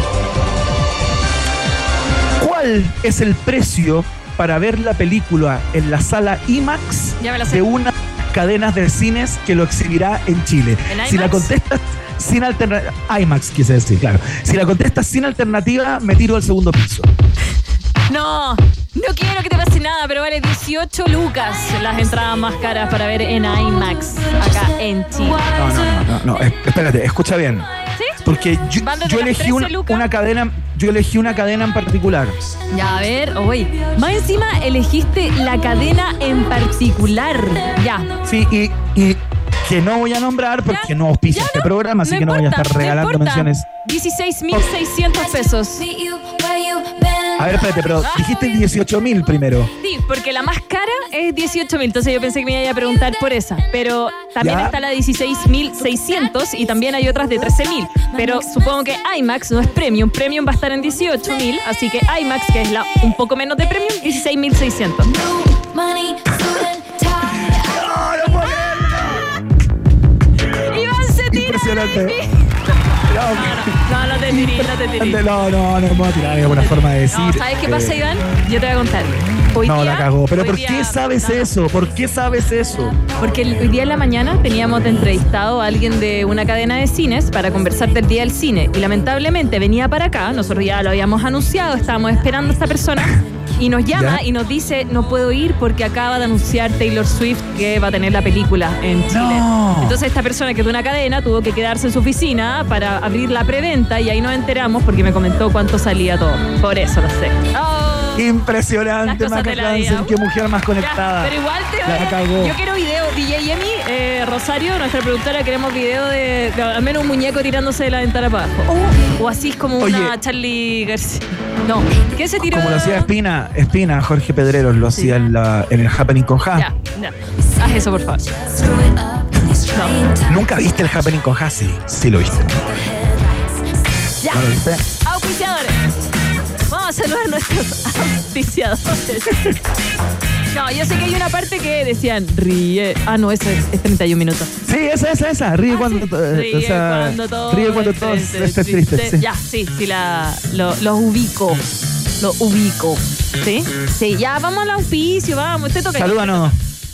¿Cuál es el precio para ver la película en la sala IMAX Ya me la sé. de una cadenas de cines que lo exhibirá en Chile? ¿En Si la IMAX? contestas sin alternativa, IMAX quise decir, claro. Si la contestas sin alternativa, me tiro al segundo piso. No, no quiero que te pase nada, pero vale dieciocho lucas las entradas más caras para ver en IMAX acá en Chile. No, no, no, no, no, es- espérate, escucha bien. ¿Sí? Porque yo, ¿Van desde yo las elegí trece una, lucas? una cadena, yo elegí una cadena en particular. Ya, a ver, oye. Más encima elegiste la cadena en particular. Ya. Sí, y, y que no voy a nombrar porque Ya, no auspicia ya este no, programa, así no que no voy a importa, estar no regalando importa. menciones. dieciséis mil seiscientos pesos. A ver, espérate, pero dijiste dieciocho mil primero. Sí, porque la más cara es dieciocho mil, entonces yo pensé que me iba a preguntar por esa. Pero también Ya. está la dieciséis mil seiscientos y también hay otras de trece mil. Pero supongo que IMAX no es Premium. Premium va a estar en dieciocho mil, así que IMAX, que es la un poco menos de Premium, dieciséis mil seiscientos. Iván se tira. Impresionante. baby. No, no, no te tiré, no te tiré. No, no, no me voy a tirar, es una forma de decir. No, ¿sabes qué pasa, eh, Iván? Yo te voy a contar. Hoy No, día- la cagó. Pero hoy ¿por día- qué sabes no, no. eso? ¿Por qué sabes eso? Porque el- hoy día en la mañana teníamos de entrevistado a alguien de una cadena de cines para conversar del Día del Cine. Y lamentablemente venía para acá, nosotros ya lo habíamos anunciado, estábamos esperando a esta persona. Y nos llama ¿Ya? y nos dice, no puedo ir porque acaba de anunciar Taylor Swift que va a tener la película en Chile. No. Entonces esta persona que es de una cadena tuvo que quedarse en su oficina para abrir la preventa y ahí nos enteramos porque me comentó cuánto salía todo. Por eso lo sé. Oh. Las Impresionante, cosas Maca de la vida. Hansen. Qué mujer más Ya, conectada. pero igual te La cagó. Yo quiero video. D J Emi, eh, Rosario, nuestra productora, queremos video de, de al menos un muñeco tirándose de la ventana para abajo. O, o así es como Oye. una Charlie García. No, ¿qué se tiró? Como lo hacía Espina, Espina, Jorge Pedreros lo hacía en, la, en el Happening con Ja. Ya, ya. Haz eso, por favor. No. ¿Nunca viste el Happening con Ja? Sí, sí lo viste. Ya. ¿No lo viste? Auspiciadores. Vamos a saludar a nuestros auspiciadores. No, yo sé que hay una parte que decían ríe. Ah, no, eso es, es treinta y un minutos. Sí, esa, esa, esa. Ríe cuando, to- Ríe o sea, cuando todo ríe cuando esté todo triste, estés triste. Sí. Ya, sí, sí, la, lo, los ubico. Los ubico. ¿Sí? Sí, ya vamos al auspicio, vamos. Usted toca. Salúdanos.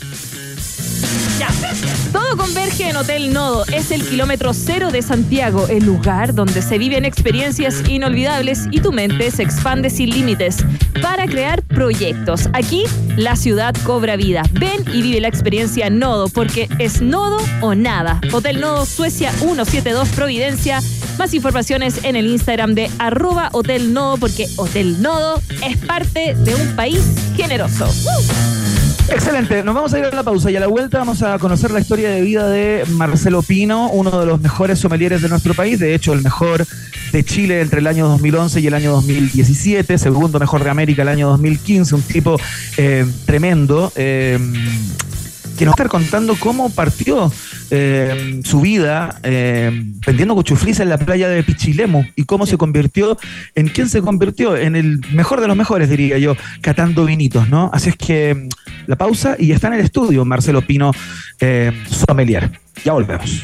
Ya. Todo converge en Hotel Nodo. Es el kilómetro cero de Santiago, el lugar donde se viven experiencias inolvidables y tu mente se expande sin límites para crear proyectos. Aquí la ciudad cobra vida. Ven y vive la experiencia Nodo, porque es Nodo o nada. Hotel Nodo Suecia ciento setenta y dos Providencia. Más informaciones en el Instagram de arroba Hotel Nodo, porque Hotel Nodo es parte de un país generoso. Excelente, nos vamos a ir a la pausa y a la vuelta vamos a conocer la historia de vida de Marcelo Pino, uno de los mejores sommeliers de nuestro país, de hecho el mejor de Chile entre el año dos mil once y el año dos mil diecisiete, segundo mejor de América el año dos mil quince, un tipo eh, tremendo. Eh, que nos va a estar contando cómo partió eh, su vida eh, vendiendo cuchuflis en la playa de Pichilemu y cómo se convirtió en quién se convirtió en el mejor de los mejores, diría yo, catando vinitos, ¿no? Así es que la pausa y está en el estudio Marcelo Pino, eh, sommelier. Ya volvemos.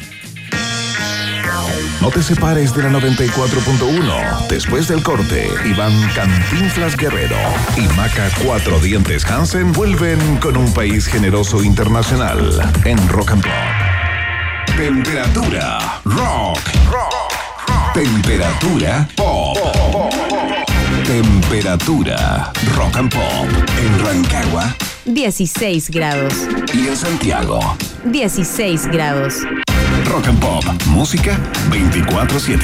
No te separes de la noventa y cuatro punto uno. Después del corte, Iván Cantinflas Guerrero y Maca Cuatro Dientes Hansen vuelven con un país generoso internacional en Rock and Pop. Temperatura rock. rock, rock. Temperatura pop. pop. Temperatura rock and pop en Rancagua, dieciséis grados. y en Santiago, dieciséis grados. Rock and Pop, música veinticuatro siete.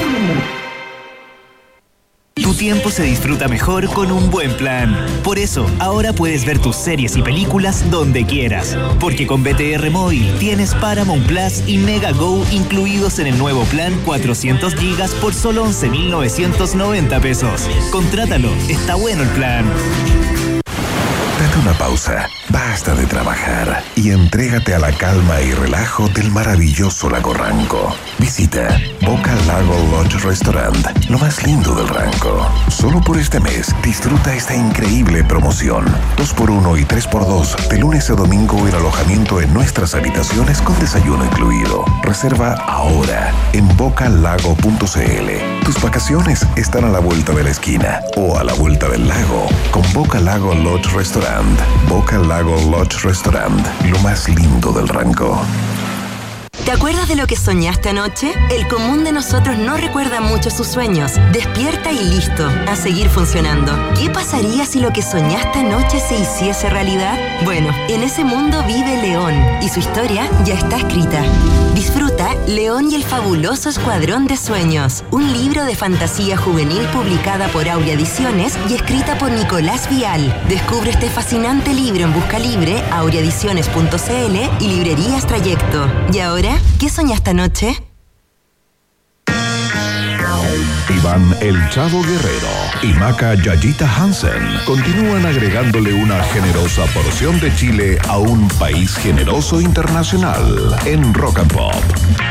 Tu tiempo se disfruta mejor con un buen plan. Por eso, ahora puedes ver tus series y películas donde quieras. Porque con B T R Móvil tienes Paramount Plus y Mega Go incluidos en el nuevo plan cuatrocientos gigas por solo once mil novecientos noventa pesos. Contrátalo, está bueno el plan. Date una pausa, basta de trabajar y entrégate a la calma y relajo del maravilloso Lago Ranco. Visita Boca Lago Lodge Restaurant, lo más lindo del Ranco. Solo por este mes disfruta esta increíble promoción. dos por uno y tres por dos de lunes a domingo en alojamiento en nuestras habitaciones con desayuno incluido. Reserva ahora en bocalago punto cl. Tus vacaciones están a la vuelta de la esquina o a la vuelta del lago con Boca Lago Lodge Restaurant. Boca Lago Lodge Restaurant, lo más lindo del Ranco. ¿Te acuerdas de lo que soñaste anoche? El común de nosotros no recuerda mucho sus sueños. Despierta y listo, a seguir funcionando. ¿Qué pasaría si lo que soñaste anoche se hiciese realidad? Bueno, en ese mundo vive León y su historia ya está escrita. Disfruta León y el fabuloso Escuadrón de Sueños, un libro de fantasía juvenil publicada por Aurea Ediciones y escrita por Nicolás Vial. Descubre este fascinante libro en Busca Libre, aurea ediciones punto cl y librerías Trayecto. ¿Y ahora? ¿Qué soñaste anoche? Iván El Chavo Guerrero y Maca Yayita Hansen continúan agregándole una generosa porción de Chile a un país generoso internacional en Rock and Pop.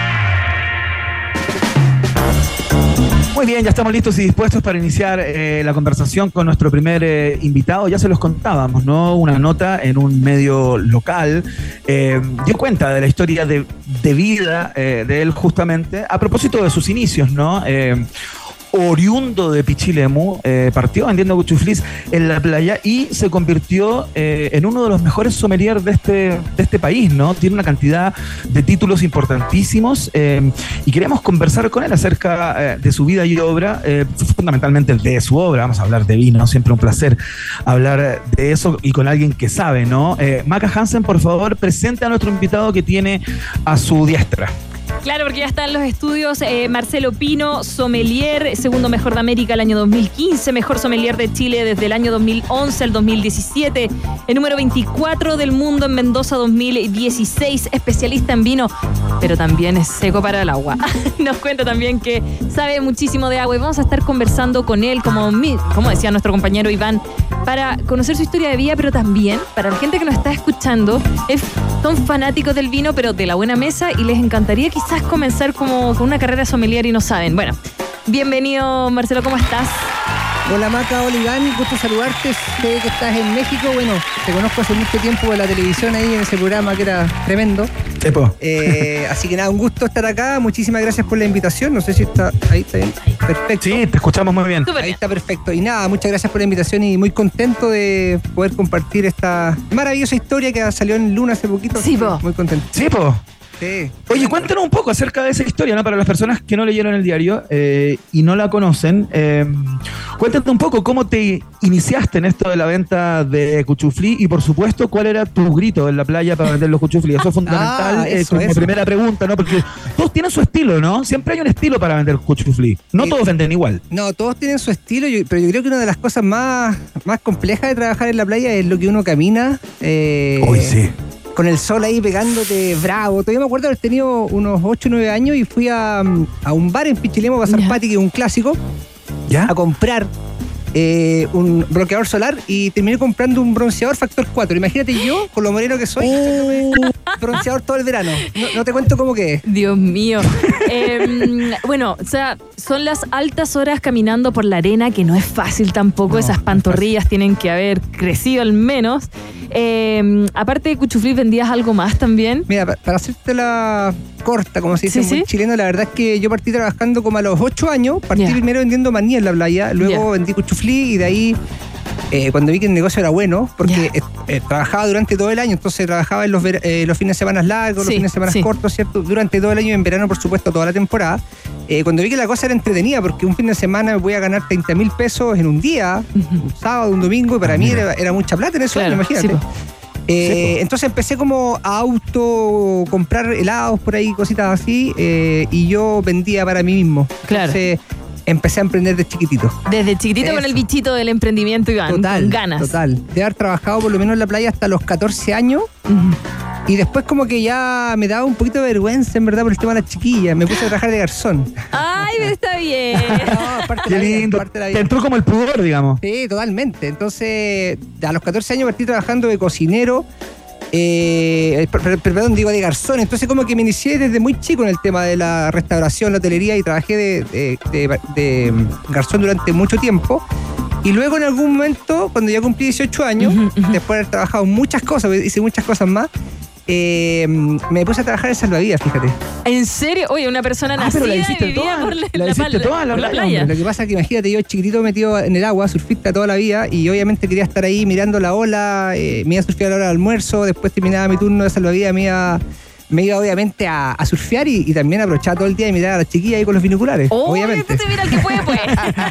Muy bien, ya estamos listos y dispuestos para iniciar eh, la conversación con nuestro primer eh, invitado. Ya se los contábamos, ¿no? Una nota en un medio local eh, dio cuenta de la historia de, de vida eh, de él justamente a propósito de sus inicios, ¿no? Eh, oriundo de Pichilemu, eh, partió vendiendo cuchuflis en la playa y se convirtió eh, en uno de los mejores sommeliers de este, de este país, ¿no? Tiene una cantidad de títulos importantísimos eh, y queremos conversar con él acerca eh, de su vida y obra, eh, fundamentalmente de su obra. Vamos a hablar de vino, siempre un placer hablar de eso y con alguien que sabe, ¿no? Eh, Maca Hansen, por favor, presente a nuestro invitado que tiene a su diestra. Claro, porque ya están los estudios. eh, Marcelo Pino, sommelier, segundo mejor de América el año dos mil quince, mejor sommelier de Chile desde el año dos mil once al dos mil diecisiete, el número veinticuatro del mundo en Mendoza dos mil dieciséis, especialista en vino, pero también es seco para el agua. Nos cuenta también que sabe muchísimo de agua y vamos a estar conversando con él, como, mi, como decía nuestro compañero Iván, para conocer su historia de vida, pero también para la gente que nos está escuchando, es, son fanáticos del vino, pero de la buena mesa, y les encantaría quizás comenzar como con una carrera sommelier y no saben. Bueno, bienvenido Marcelo, ¿cómo estás? Hola Maca, hola Iván, gusto saludarte. Sé que estás en México, bueno, te conozco hace mucho tiempo en la televisión ahí en ese programa que era tremendo. Eh, así que nada, un gusto estar acá, muchísimas gracias por la invitación, no sé si está ahí, está bien, perfecto. Sí, te escuchamos muy bien. Ahí está perfecto. Y nada, muchas gracias por la invitación y muy contento de poder compartir esta maravillosa historia que salió en Luna hace poquito. Sí, po. Muy contento. Sí, po. Sí. Oye, cuéntanos un poco acerca de esa historia, ¿no? Para las personas que no leyeron el diario eh, y no la conocen, eh, cuéntanos un poco cómo te iniciaste en esto de la venta de cuchuflí y, por supuesto, cuál era tu grito en la playa para vender los cuchuflí. Eso es fundamental, Ah, eh, eso, como eso. primera pregunta, ¿no? Porque todos tienen su estilo, ¿no? Siempre hay un estilo para vender cuchuflí. No Sí. todos venden igual. No, todos tienen su estilo, yo- pero yo creo que una de las cosas más, más complejas de trabajar en la playa es lo que uno camina. Eh, Uy, sí. Con el sol ahí pegándote bravo. Todavía me acuerdo haber tenido unos ocho o nueve años y fui a, a un bar en Pichilemu a pasar Ya. pati, que es un clásico, ¿Ya? a comprar eh, un bloqueador solar y terminé comprando un bronceador factor cuatro. Imagínate yo, con lo moreno que soy, echándome bronceador todo el verano. No, no te cuento cómo quedé. Dios mío. eh, bueno, o sea, son las altas horas caminando por la arena, que no es fácil tampoco. No, Esas pantorrillas no tienen que haber crecido al menos. Eh, aparte de Cuchuflí, ¿vendías algo más también? Mira, pa- para hacerte la corta, como se dice Sí, en buen sí. chileno, la verdad es que yo partí trabajando como a los ocho años. Partí Ya. primero vendiendo maní en la playa, luego Ya. vendí cuchuflí y de ahí, eh, cuando vi que el negocio era bueno, porque Ya. eh, eh, trabajaba durante todo el año, entonces trabajaba en los, ver- eh, los fines de semana largos, Sí, los fines de semana sí. cortos, ¿cierto? Durante todo el año y en verano, por supuesto, toda la temporada. Eh, cuando vi que la cosa era entretenida, porque un fin de semana me voy a ganar treinta mil pesos en un día, un sábado, un domingo, y para mí era, era mucha plata en eso, Claro, imagínate. sí, po. Eh, entonces empecé como a auto comprar helados por ahí, cositas así, eh, y yo vendía para mí mismo. Claro. Entonces empecé a emprender de chiquitito. Desde chiquitito con Eso. el bichito del emprendimiento, Iván, Total, con ganas. total. De haber trabajado por lo menos en la playa hasta los catorce años. Ujú. Y después como que ya me daba un poquito de vergüenza, en verdad, por el tema de las chiquillas. Me puse a trabajar de garzón. Ay, está bien. No, parte de Qué la vida, lindo. parte de la Te vida. entró como el pudor, digamos. Sí, totalmente. Entonces, a los catorce años partí trabajando de cocinero, eh, per- per- perdón, digo de garzón. Entonces, como que me inicié desde muy chico en el tema de la restauración, la hotelería y trabajé de, de- de- de garzón durante mucho tiempo. Y luego, en algún momento, cuando ya cumplí dieciocho años, Ujú, ujú. después de haber trabajado muchas cosas, hice muchas cosas más, eh, me puse a trabajar en salvavidas, fíjate. ¿En serio? Oye, una persona Ah, nacida pero la y hiciste vivía toda, por la, la la hiciste pal- toda en la por la playa, playa. Lo que pasa es que imagínate, yo chiquitito metido en el agua, surfista toda la vida, y obviamente quería estar ahí mirando la ola, eh, me iba a surfear a la hora del almuerzo, después terminaba mi turno de salvavidas, me iba, me iba obviamente a, a surfear y, y también aprovechaba todo el día y mirar a las chiquillas ahí con los binoculares, Oh, obviamente. este mira el que puede, pues.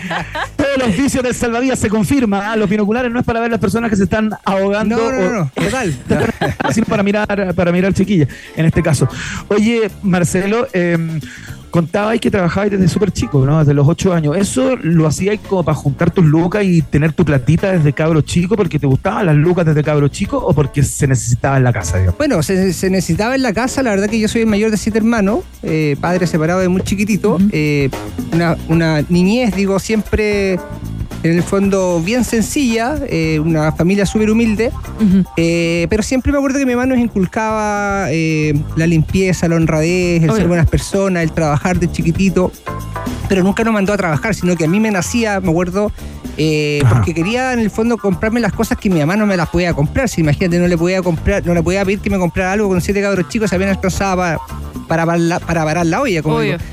Todos los vicios del salvavidas se confirman. ¿Ah? Los binoculares no es para ver las personas que se están ahogando. No, no, no, o- no, total. sino para mirar, para mirar chiquillas, en este caso. Oye, Marcelo, eh, contabais que trabajabais desde súper chico, ¿no? Desde los ocho años. ¿Eso lo hacíais como para juntar tus lucas y tener tu platita desde cabro chico porque te gustaban las lucas desde cabro chico o porque se necesitaba en la casa, digamos? Bueno, se, se necesitaba en la casa, la verdad que yo soy el mayor de siete hermanos, eh, padre separado de muy chiquitito, eh, una, una niñez, digo, siempre en el fondo bien sencilla, eh, una familia súper humilde, Ujú. eh, pero siempre me acuerdo que mi mamá nos inculcaba eh, la limpieza, la honradez, el Obvio. ser buenas personas, el trabajar de chiquitito, pero nunca nos mandó a trabajar, sino que a mí me nacía, me acuerdo, eh, Ajá. porque quería en el fondo comprarme las cosas que mi mamá no me las podía comprar. Si imagínate, no le podía comprar, no le podía pedir que me comprara algo con siete cabros chicos, se habían alcanzado para, para, para, para parar la olla, como Obvio. digo.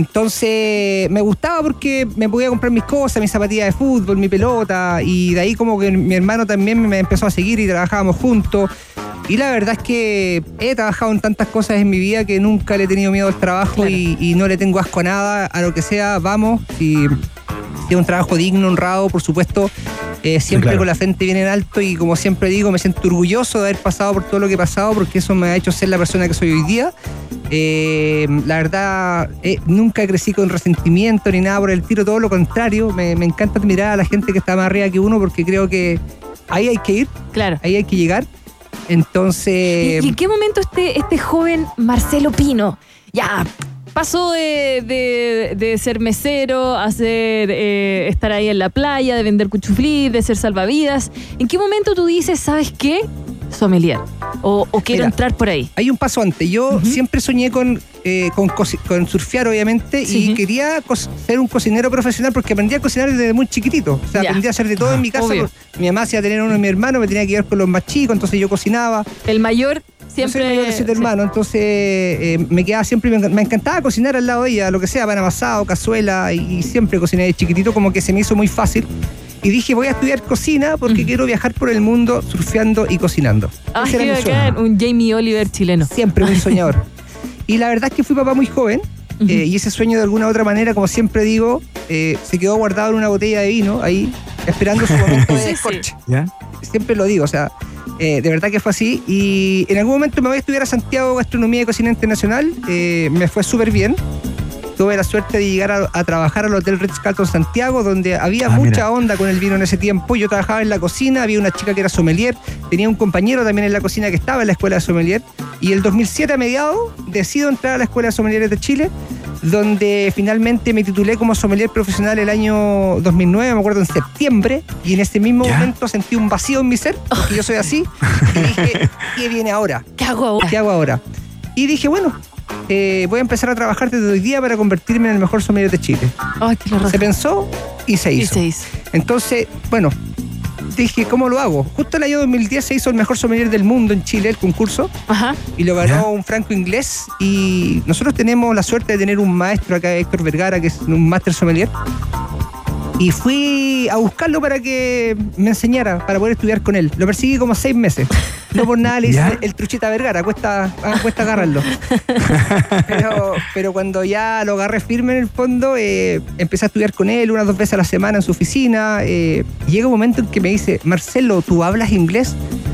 Entonces me gustaba porque me podía comprar mis cosas, mis zapatillas de fútbol, mi pelota, y de ahí como que mi hermano también me empezó a seguir y trabajábamos juntos. Y la verdad es que he trabajado en tantas cosas en mi vida que nunca le he tenido miedo al trabajo. Claro. y, y no le tengo asco a nada, a lo que sea, vamos. Si, si es un trabajo digno, honrado, por supuesto, eh, siempre claro. con la frente bien en alto, y como siempre digo, me siento orgulloso de haber pasado por todo lo que he pasado, porque eso me ha hecho ser la persona que soy hoy día. Eh, la verdad, eh, nunca crecí con resentimiento ni nada por el tiro, todo lo contrario. Me, me encanta admirar a la gente que está más arriba que uno, porque creo que ahí hay que ir, Claro. ahí hay que llegar. Entonces, ¿Y, y en qué momento este, este joven Marcelo Pino ya pasó de, de- de ser mesero a ser, eh, estar ahí en la playa, de vender cuchuflí, de ser salvavidas? ¿En qué momento tú dices, ¿sabes qué? Sommelier. O, o quiero Mira, entrar por ahí. hay un paso antes. Yo Ujú. siempre soñé con, eh, con, coci- con surfear, obviamente, Sí. y quería co- ser un cocinero profesional porque aprendí a cocinar desde muy chiquitito. O sea, Ya. aprendí a hacer de todo en mi casa. Obvio. Mi mamá hacía tener uno de mis hermanos, me tenía que llevar con los más chicos, entonces yo cocinaba. El mayor siempre... Yo soy el mayor de siete sí. hermanos, entonces eh, me quedaba siempre, me, enc- me encantaba cocinar al lado de ella, lo que sea, pan amasado, cazuela, y, y siempre cociné de chiquitito, como que se me hizo muy fácil. Y dije, voy a estudiar cocina porque Mm. quiero viajar por el mundo surfeando y cocinando. Ah, Ese era qué mi sueño. bacán, un Jamie Oliver chileno. Siempre muy soñador. Y la verdad es que fui papá muy joven, Ujú. eh, y ese sueño de alguna u otra manera, como siempre digo, eh, se quedó guardado en una botella de vino ahí, esperando su momento de Sí, sí. descorche. ¿Ya? Siempre lo digo, o sea, eh, de verdad que fue así. Y en algún momento me voy a estudiar a Santiago Gastronomía y Cocina Internacional, eh, me fue súper bien. Tuve la suerte de llegar a, a trabajar al Hotel Ritz-Carlton Santiago, donde había Ah, mucha mira. onda con el vino en ese tiempo. Yo trabajaba en la cocina, había una chica que era sommelier, tenía un compañero también en la cocina que estaba en la escuela de sommelier. Y el dos mil siete, a mediados, decido entrar a la escuela de sommeliers de Chile, donde finalmente me titulé como sommelier profesional el año dos mil nueve, me acuerdo, en septiembre, y en ese mismo ¿Ya? momento sentí un vacío en mi ser, porque yo soy así, y dije, ¿qué viene ahora? ¿Qué hago ahora? ¿Qué hago ahora? Y dije, bueno, eh, voy a empezar a trabajar desde hoy día para convertirme en el mejor sommelier de Chile. Ay, qué la raja. Se pensó y se Y hizo. se hizo. Entonces, bueno, dije, ¿cómo lo hago? Justo en el año dos mil diez se hizo el mejor sommelier del mundo en Chile, el concurso, Ajá. y lo ganó ¿Ya? un franco inglés. Y nosotros tenemos la suerte de tener un maestro acá, Héctor Vergara, que es un máster sommelier. Y fui a buscarlo para que me enseñara, para poder estudiar con él. Lo perseguí como seis meses. No por nada le hice ¿Ya? el truchita Vergara, cuesta, ah, cuesta agarrarlo. Pero, pero cuando ya lo agarré firme en el fondo, eh, empecé a estudiar con él unas dos veces a la semana en su oficina. Eh, y llega un momento en que me dice, Marcelo, ¿tú hablas inglés?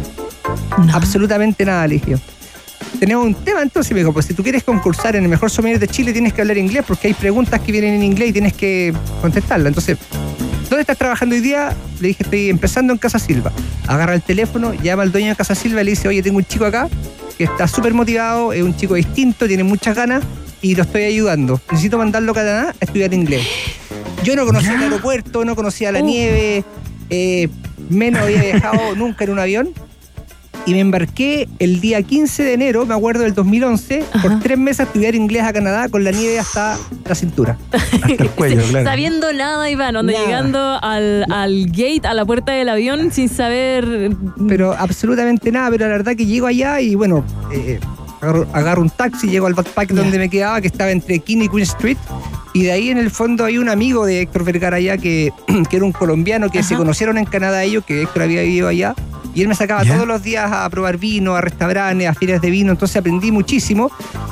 No. Absolutamente nada, le dije yo. Tenemos un tema, entonces me dijo, pues si tú quieres concursar en el mejor sommelier de Chile tienes que hablar inglés porque hay preguntas que vienen en inglés y tienes que contestarlas. Entonces, ¿dónde estás trabajando hoy día? Le dije, estoy empezando en Casa Silva. Agarra el teléfono, llama al dueño de Casa Silva y le dice, oye, tengo un chico acá que está súper motivado, es un chico distinto, tiene muchas ganas y lo estoy ayudando. Necesito mandarlo a Canadá a estudiar inglés. Yo no conocía el aeropuerto, no conocía la Uh. nieve, eh, menos había viajado nunca en un avión. Y me embarqué el día quince de enero, me acuerdo, del dos mil once, por Ajá. tres meses a estudiar inglés a Canadá con la nieve hasta la cintura. Hasta el cuello, claro. Sabiendo nada, Iván, onda, Nada. llegando al, al gate, a la puerta del avión, sin saber. Pero absolutamente nada, pero la verdad que llego allá y bueno, eh, agarro, agarro un taxi, llego al backpack Ya. donde me quedaba, que estaba entre King y Queen Street. Y de ahí en el fondo hay un amigo de Héctor Vergara allá que, que era un colombiano que Ajá. se conocieron en Canadá ellos, que Héctor había vivido allá. Y él me sacaba ¿Ya? todos los días a probar vino, a restaurantes, a ferias de vino. Entonces aprendí muchísimo.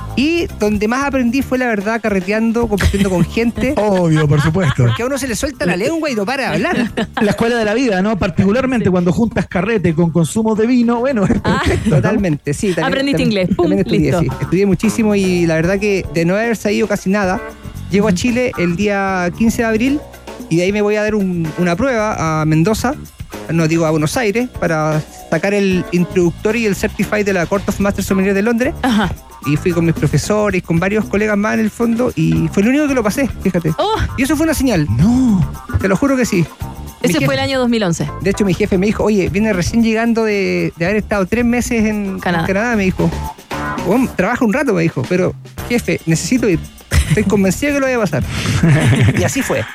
Y donde más aprendí fue la verdad carreteando, compartiendo con gente. Obvio, por supuesto. Que a uno se le suelta la lengua y no para de hablar. La escuela de la vida, ¿no? Particularmente cuando juntas carrete con consumo de vino, bueno, es Ah. perfecto, ¿no? Totalmente, sí. También, Aprendiste también- inglés, pum, también estudié, listo. sí. Estudié muchísimo y la verdad que de no haber sabido casi nada, llego a Chile el día quince de abril y de ahí me voy a dar un- una prueba a Mendoza, no digo a Buenos Aires, para sacar el introductorio y el certified de la Court of Master Sommelier de Londres. Ajá. Y fui con mis profesores, con varios colegas más en el fondo y fue el único que lo pasé, fíjate. Oh, Y eso fue una señal, No. te lo juro que sí. Mi ese jefe- fue el año dos mil once. De hecho, mi jefe me dijo, oye, viene recién llegando de, de haber estado tres meses en Canadá. en Canadá, me dijo. "Bueno, trabaja un rato", me dijo, pero jefe, necesito ir. Estoy convencido que lo voy a pasar. Y así fue.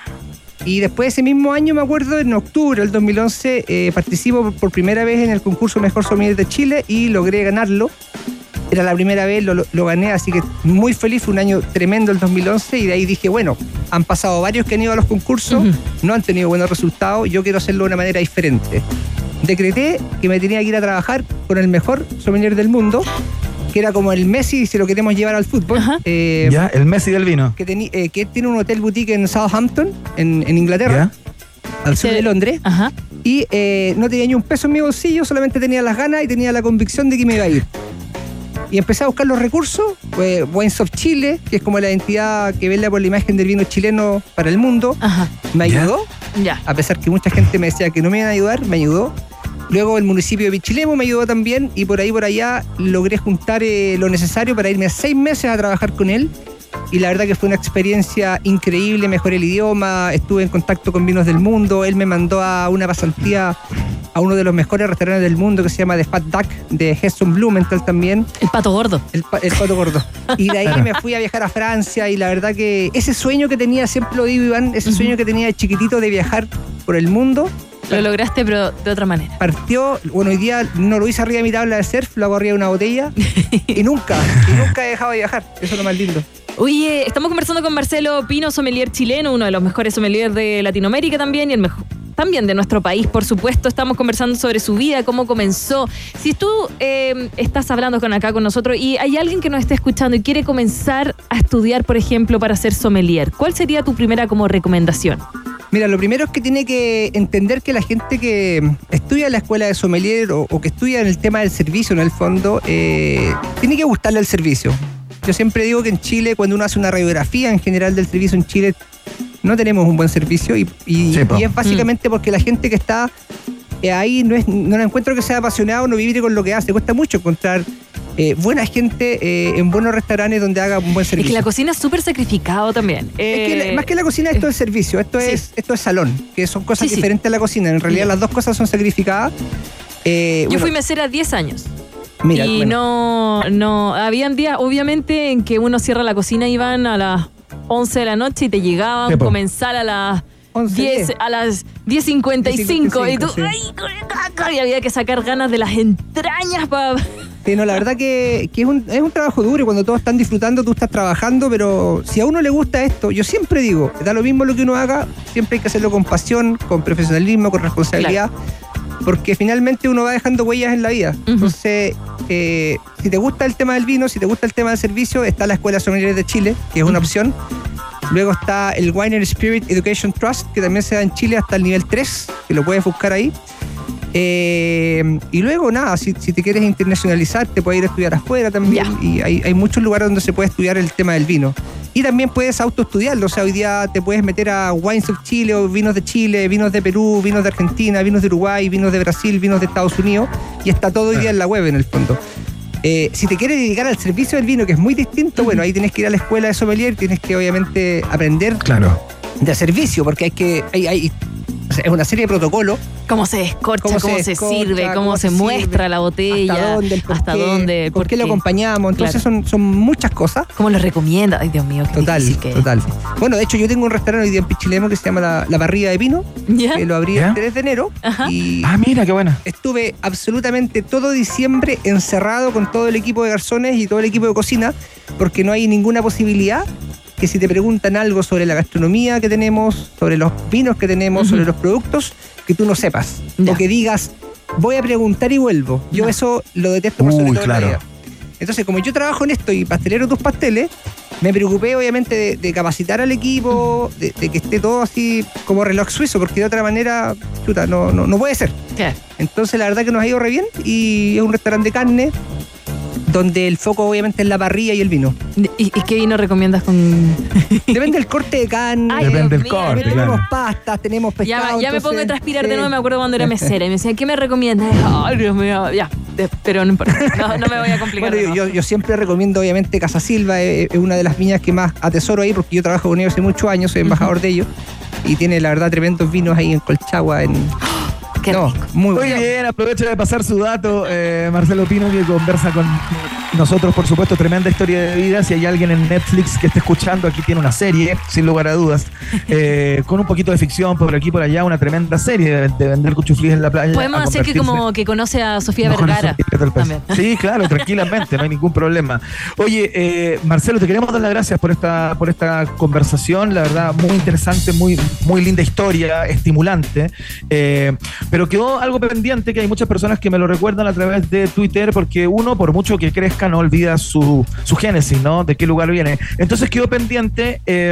Y después ese mismo año, me acuerdo, en octubre del dos mil once, eh, participo por, por primera vez en el concurso Mejor Sommelier de Chile y logré ganarlo. Era la primera vez, lo, lo, lo gané, así que muy feliz. Fue un año tremendo el dos mil once y de ahí dije, bueno, han pasado varios que han ido a los concursos, Ujú. no han tenido buenos resultados, yo quiero hacerlo de una manera diferente. Decreté que me tenía que ir a trabajar con el mejor sommelier del mundo, que era como el Messi si lo queremos llevar al fútbol. Ajá. eh, Ya, el Messi del vino. que, teni- eh, que tiene un hotel boutique en Southampton, en, en Inglaterra, al sur Ese- de Londres. Ajá. Y eh, no tenía ni un peso en mi bolsillo, solamente tenía las ganas y tenía la convicción de que me iba a ir. Y empecé a buscar los recursos. Pues Wines of Chile, que es como la entidad que vela por la imagen del vino chileno para el mundo, Ajá. me ¿Ya? ayudó. Ya. A pesar que mucha gente me decía que no me iban a ayudar, me ayudó. Luego el municipio de Pichilemu me ayudó también y por ahí por allá logré juntar eh, lo necesario para irme seis meses a trabajar con él. Y la verdad que fue una experiencia increíble, mejoré el idioma, estuve en contacto con vinos del mundo, él me mandó a una pasantía a uno de los mejores restaurantes del mundo que se llama The Fat Duck, de Heston Blumenthal también, El pato gordo. el, pa- el pato gordo. Y de ahí me fui a viajar a Francia y la verdad que ese sueño que tenía, siempre lo digo Iván, ese sueño que tenía de chiquitito de viajar por el mundo, Lo lograste, pero de otra manera. partió, bueno, hoy día no lo hice arriba de mi tabla de surf, lo hago arriba de una botella y nunca, y nunca he dejado de viajar, eso es lo más lindo. Oye, estamos conversando con Marcelo Pino, sommelier chileno, uno de los mejores sommeliers de Latinoamérica también y el mejor también de nuestro país, por supuesto. Estamos conversando sobre su vida, cómo comenzó. Si tú eh, estás hablando con acá con nosotros y hay alguien que nos esté escuchando y quiere comenzar a estudiar, por ejemplo, para ser sommelier, ¿cuál sería tu primera como recomendación? Mira, lo primero es que tiene que entender que la gente que estudia en la escuela de sommelier o, o que estudia en el tema del servicio, en el fondo, eh, tiene que gustarle el servicio. Yo siempre digo que en Chile, cuando uno hace una radiografía en general del servicio en Chile, no tenemos un buen servicio y, y, Sí, po. y es básicamente porque la gente que está eh, ahí no, es, no la encuentro que sea apasionado, no vive con lo que hace. Cuesta mucho encontrar eh, buena gente eh, en buenos restaurantes donde haga un buen servicio. Es que la cocina es súper sacrificado también. Eh, es que la, más que la cocina, esto es servicio, esto, sí. es, esto es salón, que son cosas sí, diferentes sí. a la cocina. En realidad sí. las dos cosas son sacrificadas. Eh, Yo bueno, fui mesera diez años. Mira, y bueno. no, no, habían días, obviamente, en que uno cierra la cocina y iban a las once de la noche y te llegaban a comenzar a las diez, a las diez cincuenta y cinco y tú, sí. ay, y había que sacar ganas de las entrañas para... Sí, no, la verdad que, que es, un, es un trabajo duro y cuando todos están disfrutando, tú estás trabajando, pero si a uno le gusta esto, yo siempre digo, da lo mismo lo que uno haga, siempre hay que hacerlo con pasión, con profesionalismo, con responsabilidad, claro. porque finalmente uno va dejando huellas en la vida. Uh-huh. Entonces, eh, si te gusta el tema del vino, si te gusta el tema del servicio, está la Escuela Sommelier de Chile, que es una uh-huh. opción. Luego está el Wine and Spirit Education Trust, que también se da en Chile hasta el nivel tres, que lo puedes buscar ahí. Eh, y luego nada, si, si te quieres internacionalizar te puedes ir a estudiar afuera también yeah. y hay, hay muchos lugares donde se puede estudiar el tema del vino y también puedes autoestudiarlo, o sea, hoy día te puedes meter a Wines of Chile o vinos de Chile, vinos de Perú, vinos de Argentina, vinos de Uruguay, vinos de Brasil, vinos de Estados Unidos y está todo hoy día en la web en el fondo. Eh, si te quieres dedicar al servicio del vino, que es muy distinto, bueno, ahí tienes que ir a la escuela de sommelier, tienes que obviamente aprender claro. de servicio, porque hay que hay, hay o sea, es una serie de protocolos. Cómo se escorcha, cómo, cómo se, se escorcha, sirve, cómo, cómo se, se muestra sirve, la botella, hasta dónde, el por hasta qué, dónde, por, por qué lo acompañamos. Entonces claro. son, son muchas cosas. ¿Cómo lo recomienda? Ay, Dios mío, qué total, difícil que total. Bueno, de hecho yo tengo un restaurante hoy día en Pichilemu que se llama La, la Parrilla de Vino, ¿ya? Que lo abrí ¿ya? el tres de enero. Ajá. Y ah, mira, qué buena. Estuve absolutamente todo diciembre encerrado con todo el equipo de garzones y todo el equipo de cocina, porque no hay ninguna posibilidad que si te preguntan algo sobre la gastronomía que tenemos, sobre los vinos que tenemos, uh-huh. sobre los productos, que tú no sepas. Ya. O que digas, voy a preguntar y vuelvo. Yo no. eso lo detesto por sobre todo claro. en la vida. Entonces, como yo trabajo en esto y pastelero tus pasteles, me preocupé obviamente de, de capacitar al equipo, de, de que esté todo así como reloj suizo, porque de otra manera, chuta, no, no, no puede ser. ¿Qué? Entonces, la verdad que nos ha ido re bien y es un restaurante de carne donde el foco obviamente es la parrilla y el vino. ¿Y, y qué vino recomiendas con...? Depende del corte de carne. Ay, depende del corte, tenemos claro. pastas, tenemos pescado. Ya, ya entonces, me pongo a transpirar sí. de nuevo, me acuerdo cuando era mesera y me decían, ¿qué me recomiendas? Ay, Dios mío, ya, pero no importa, no, no me voy a complicar. Bueno, yo, yo siempre recomiendo obviamente Casa Silva, es, es una de las viñas que más atesoro ahí, porque yo trabajo con ellos hace muchos años, soy embajador uh-huh. de ellos, y tiene la verdad tremendos vinos ahí en Colchagua, en... Qué no, rico. Muy bueno. Muy bien, aprovecho de pasar su dato, eh, Marcelo Pino, que conversa con nosotros, por supuesto, tremenda historia de vida. Si hay alguien en Netflix que esté escuchando, aquí tiene una serie, sin lugar a dudas, eh, con un poquito de ficción por aquí por allá, una tremenda serie de, de vender cuchuflis en la playa. Podemos hacer que como que conoce a Sofía Vergara. También. Sí, claro, tranquilamente, no hay ningún problema. Oye, eh, Marcelo, te queremos dar las gracias por esta, por esta conversación, la verdad, muy interesante, muy, muy linda historia, estimulante. Eh, pero quedó algo pendiente, que hay muchas personas que me lo recuerdan a través de Twitter, porque uno, por mucho que crezca, no olvida su, su génesis, ¿no? De qué lugar viene. Entonces quedó pendiente eh,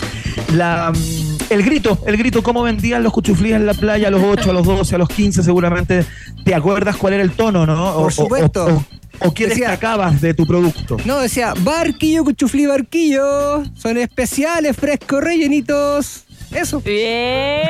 la, el grito, el grito, cómo vendían los cuchuflíes en la playa a los ocho, a los doce, a los quince, seguramente. ¿Te acuerdas cuál era el tono, no? O, por supuesto. O, o, ¿O qué decía, destacabas de tu producto? No, decía, barquillo, cuchuflí, barquillo. Son especiales, frescos, rellenitos. Eso. Bien.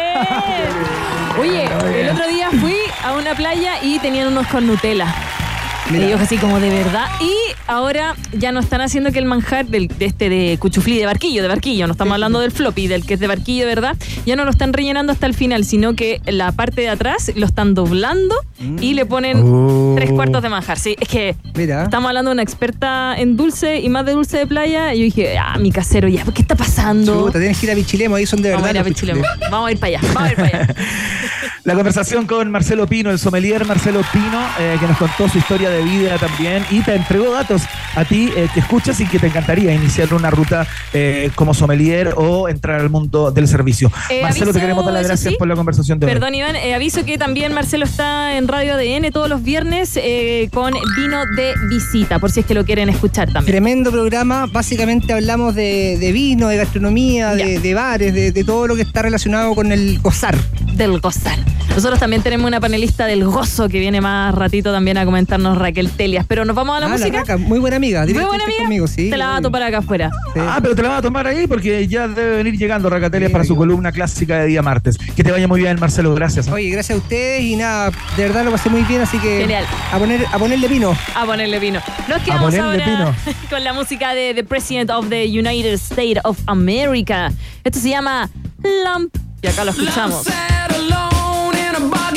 Oye, el otro día fui a una playa y tenían unos con Nutella. Mira. Y yo así como de verdad. Y ahora ya no están haciendo que el manjar del, de este de cuchuflí de barquillo, de barquillo, no estamos hablando del floppy, del que es de barquillo, ¿verdad? Ya no lo están rellenando hasta el final, sino que la parte de atrás lo están doblando mm. y le ponen oh. tres cuartos de manjar. Sí, es que Mira. estamos hablando de una experta en dulce y más de dulce de playa. Y yo dije, ah, mi casero, ya, ¿qué está pasando? Chuta, tienes que ir a Pichilemu, ahí son de vamos verdad. A ir a Pichilemu. Vamos a ir para allá, vamos a ir para allá. La conversación con Marcelo Pino, el sommelier Marcelo Pino, eh, que nos contó su historia de vida también y te entregó datos a ti eh, que escuchas y que te encantaría iniciar una ruta eh, como sommelier o entrar al mundo del servicio. Eh, Marcelo, aviso, te queremos dar las gracias sí. por la conversación de Perdón, hoy. Iván, eh, aviso que también Marcelo está en Radio A D N todos los viernes eh, con vino de visita, por si es que lo quieren escuchar también. Tremendo programa, básicamente hablamos de, de vino, de gastronomía, de, de bares, de, de todo lo que está relacionado con el gozar. del gozar. Nosotros también tenemos una panelista del gozo que viene más ratito también a comentarnos, Raquel Telias. Pero nos vamos a la ah, música. La Raca, muy buena amiga. Muy buena amiga. Conmigo, sí, te la va a topar acá afuera. Sí. Ah, pero te la vas a tomar ahí porque ya debe venir llegando Raca Telias sí, para su columna clásica de día martes. Que te vaya muy bien, Marcelo. Gracias. Oye, gracias a ustedes y nada, de verdad lo pasé muy bien, así que genial. A, poner, a ponerle vino. A ponerle vino. Nos quedamos ahora vino. con la música de The President of the United States of America. Esto se llama Lump y acá lo escuchamos.